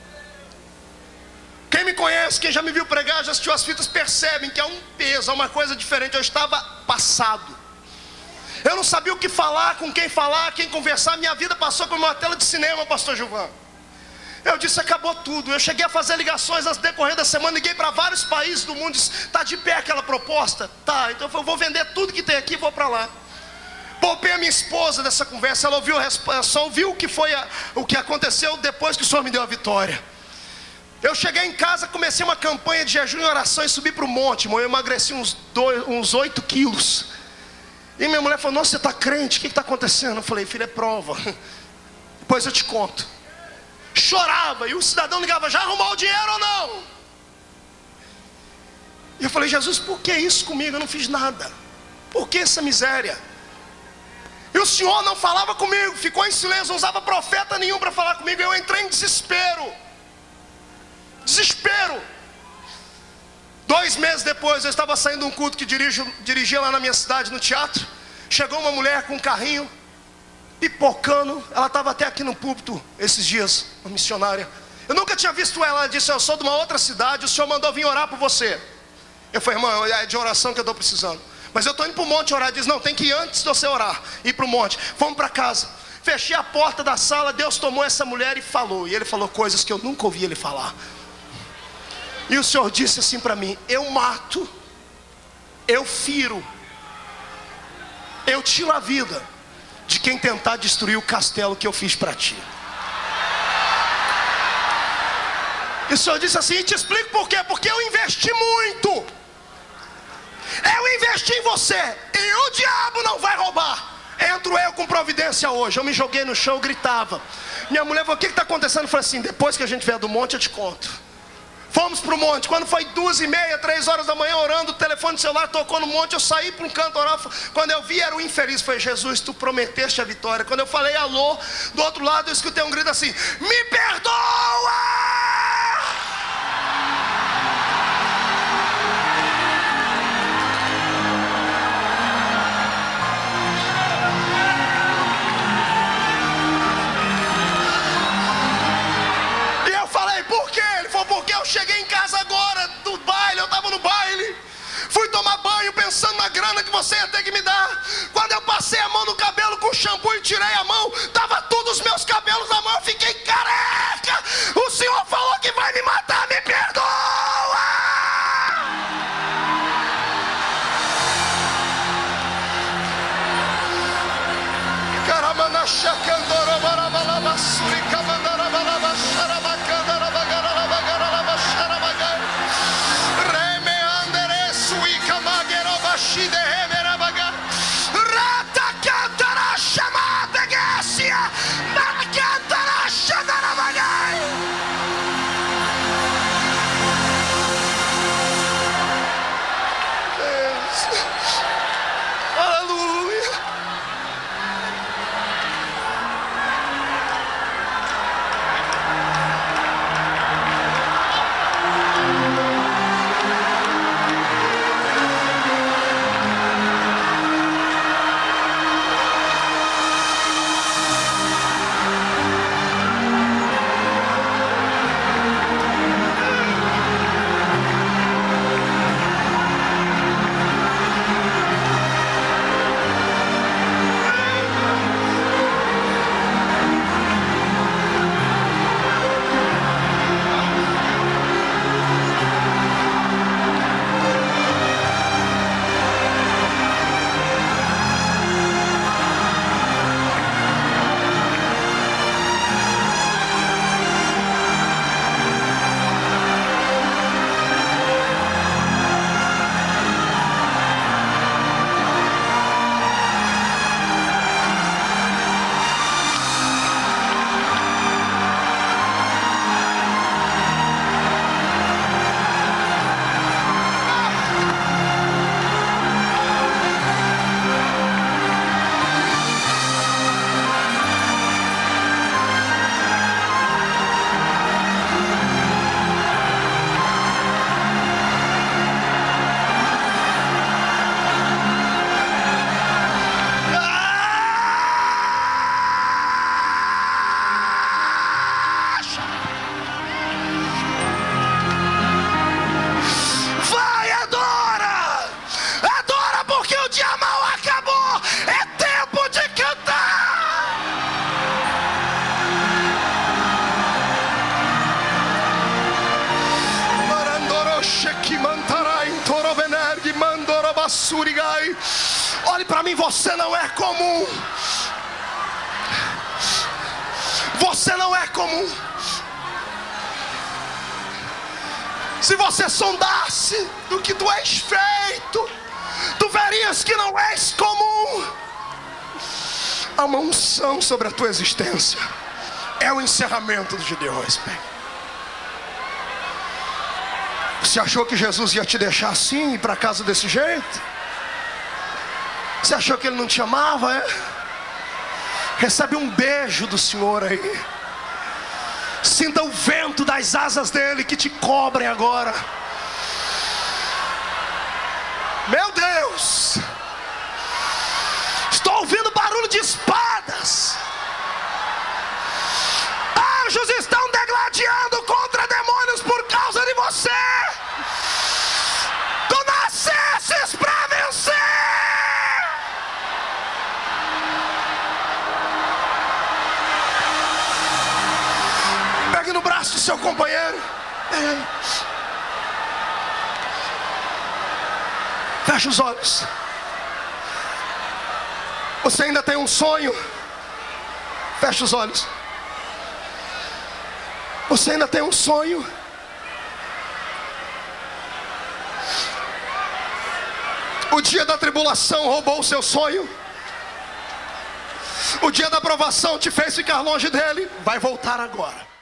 Quem me conhece, quem já me viu pregar, já assistiu as fitas, percebem que há um peso, há uma coisa diferente. Eu estava passado. Eu não sabia o que falar, com quem falar, quem conversar. Minha vida passou como uma tela de cinema, pastor Gilvan. Eu disse, acabou tudo. Eu cheguei a fazer ligações no decorrer da semana, liguei para vários países do mundo, disse, está de pé aquela proposta? Tá, então eu vou vender tudo que tem aqui e vou para lá. Poupei a minha esposa dessa conversa, ela ouviu, só ouviu o que aconteceu depois que o Senhor me deu a vitória. Eu cheguei em casa, comecei uma campanha de jejum e oração e subi para o monte, irmão. Eu emagreci uns 8 quilos. E minha mulher falou, nossa, você está crente, o que está acontecendo? Eu falei, filho, é prova. Depois eu te conto. Chorava, e o cidadão ligava, já arrumou o dinheiro ou não? E eu falei, Jesus, por que isso comigo? Eu não fiz nada. Por que essa miséria? E o Senhor não falava comigo, ficou em silêncio, não usava profeta nenhum para falar comigo. Eu entrei em desespero. Desespero. 2 meses depois, eu estava saindo de um culto que dirigia lá na minha cidade, no teatro. Chegou uma mulher com um carrinho, pipocando. Ela estava até aqui no púlpito esses dias, uma missionária. Eu nunca tinha visto ela. Ela disse, eu sou de uma outra cidade, o Senhor mandou vir orar por você. Eu falei, irmão, é de oração que eu estou precisando. Mas eu estou indo para o monte orar. Diz, não, tem que ir antes de você orar, ir para o monte. Fomos para casa, fechei a porta da sala. Deus tomou essa mulher e falou. E Ele falou coisas que eu nunca ouvi Ele falar. E o Senhor disse assim para mim, eu mato, eu firo, eu tiro a vida de quem tentar destruir o castelo que eu fiz para ti. E o Senhor disse assim, e te explico por quê. Porque eu investi muito. Eu investi em você, e o diabo não vai roubar. Entro eu com providência hoje. Eu me joguei no chão, eu gritava. Minha mulher falou, o que está acontecendo? Eu falei assim, depois que a gente vier do monte eu te conto. Fomos para o monte. Quando foi 2h30, 3 horas da manhã orando, o telefone celular tocou no monte. Eu saí para um canto orar. Quando eu vi era o infeliz. Falei, Jesus, tu prometeste a vitória. Quando eu falei alô, do outro lado eu escutei um grito assim, me perdoa! Porque eu cheguei em casa agora do baile, eu estava no baile, fui tomar banho pensando na grana que você ia ter que me dar. Quando eu passei a mão no cabelo com shampoo e tirei a mão, estava todos os meus cabelos na mão, eu fiquei careca. O Senhor falou que vai me matar, me perdoa! Rata cantara chamada Grécia, Mara cantara chamada. Surigai. Olhe para mim, você não é comum. Você não é comum. Se você sondasse do que tu és feito, tu verias que não és comum. Há uma unção sobre a tua existência. É o encerramento do Gideões. Você achou que Jesus ia te deixar assim, ir para casa desse jeito? Você achou que Ele não te amava, é? Recebe um beijo do Senhor aí. Sinta o vento das asas dEle que te cobrem agora. Meu Deus! Estou ouvindo barulho de espadas. Anjos estão degladiando contra demônios por causa de você. Tu nascestes para vencer. Pegue no braço do seu companheiro. Feche os olhos. Você ainda tem um sonho? Feche os olhos. Você ainda tem um sonho? O dia da tribulação roubou o seu sonho. O dia da provação te fez ficar longe dele. Vai voltar agora.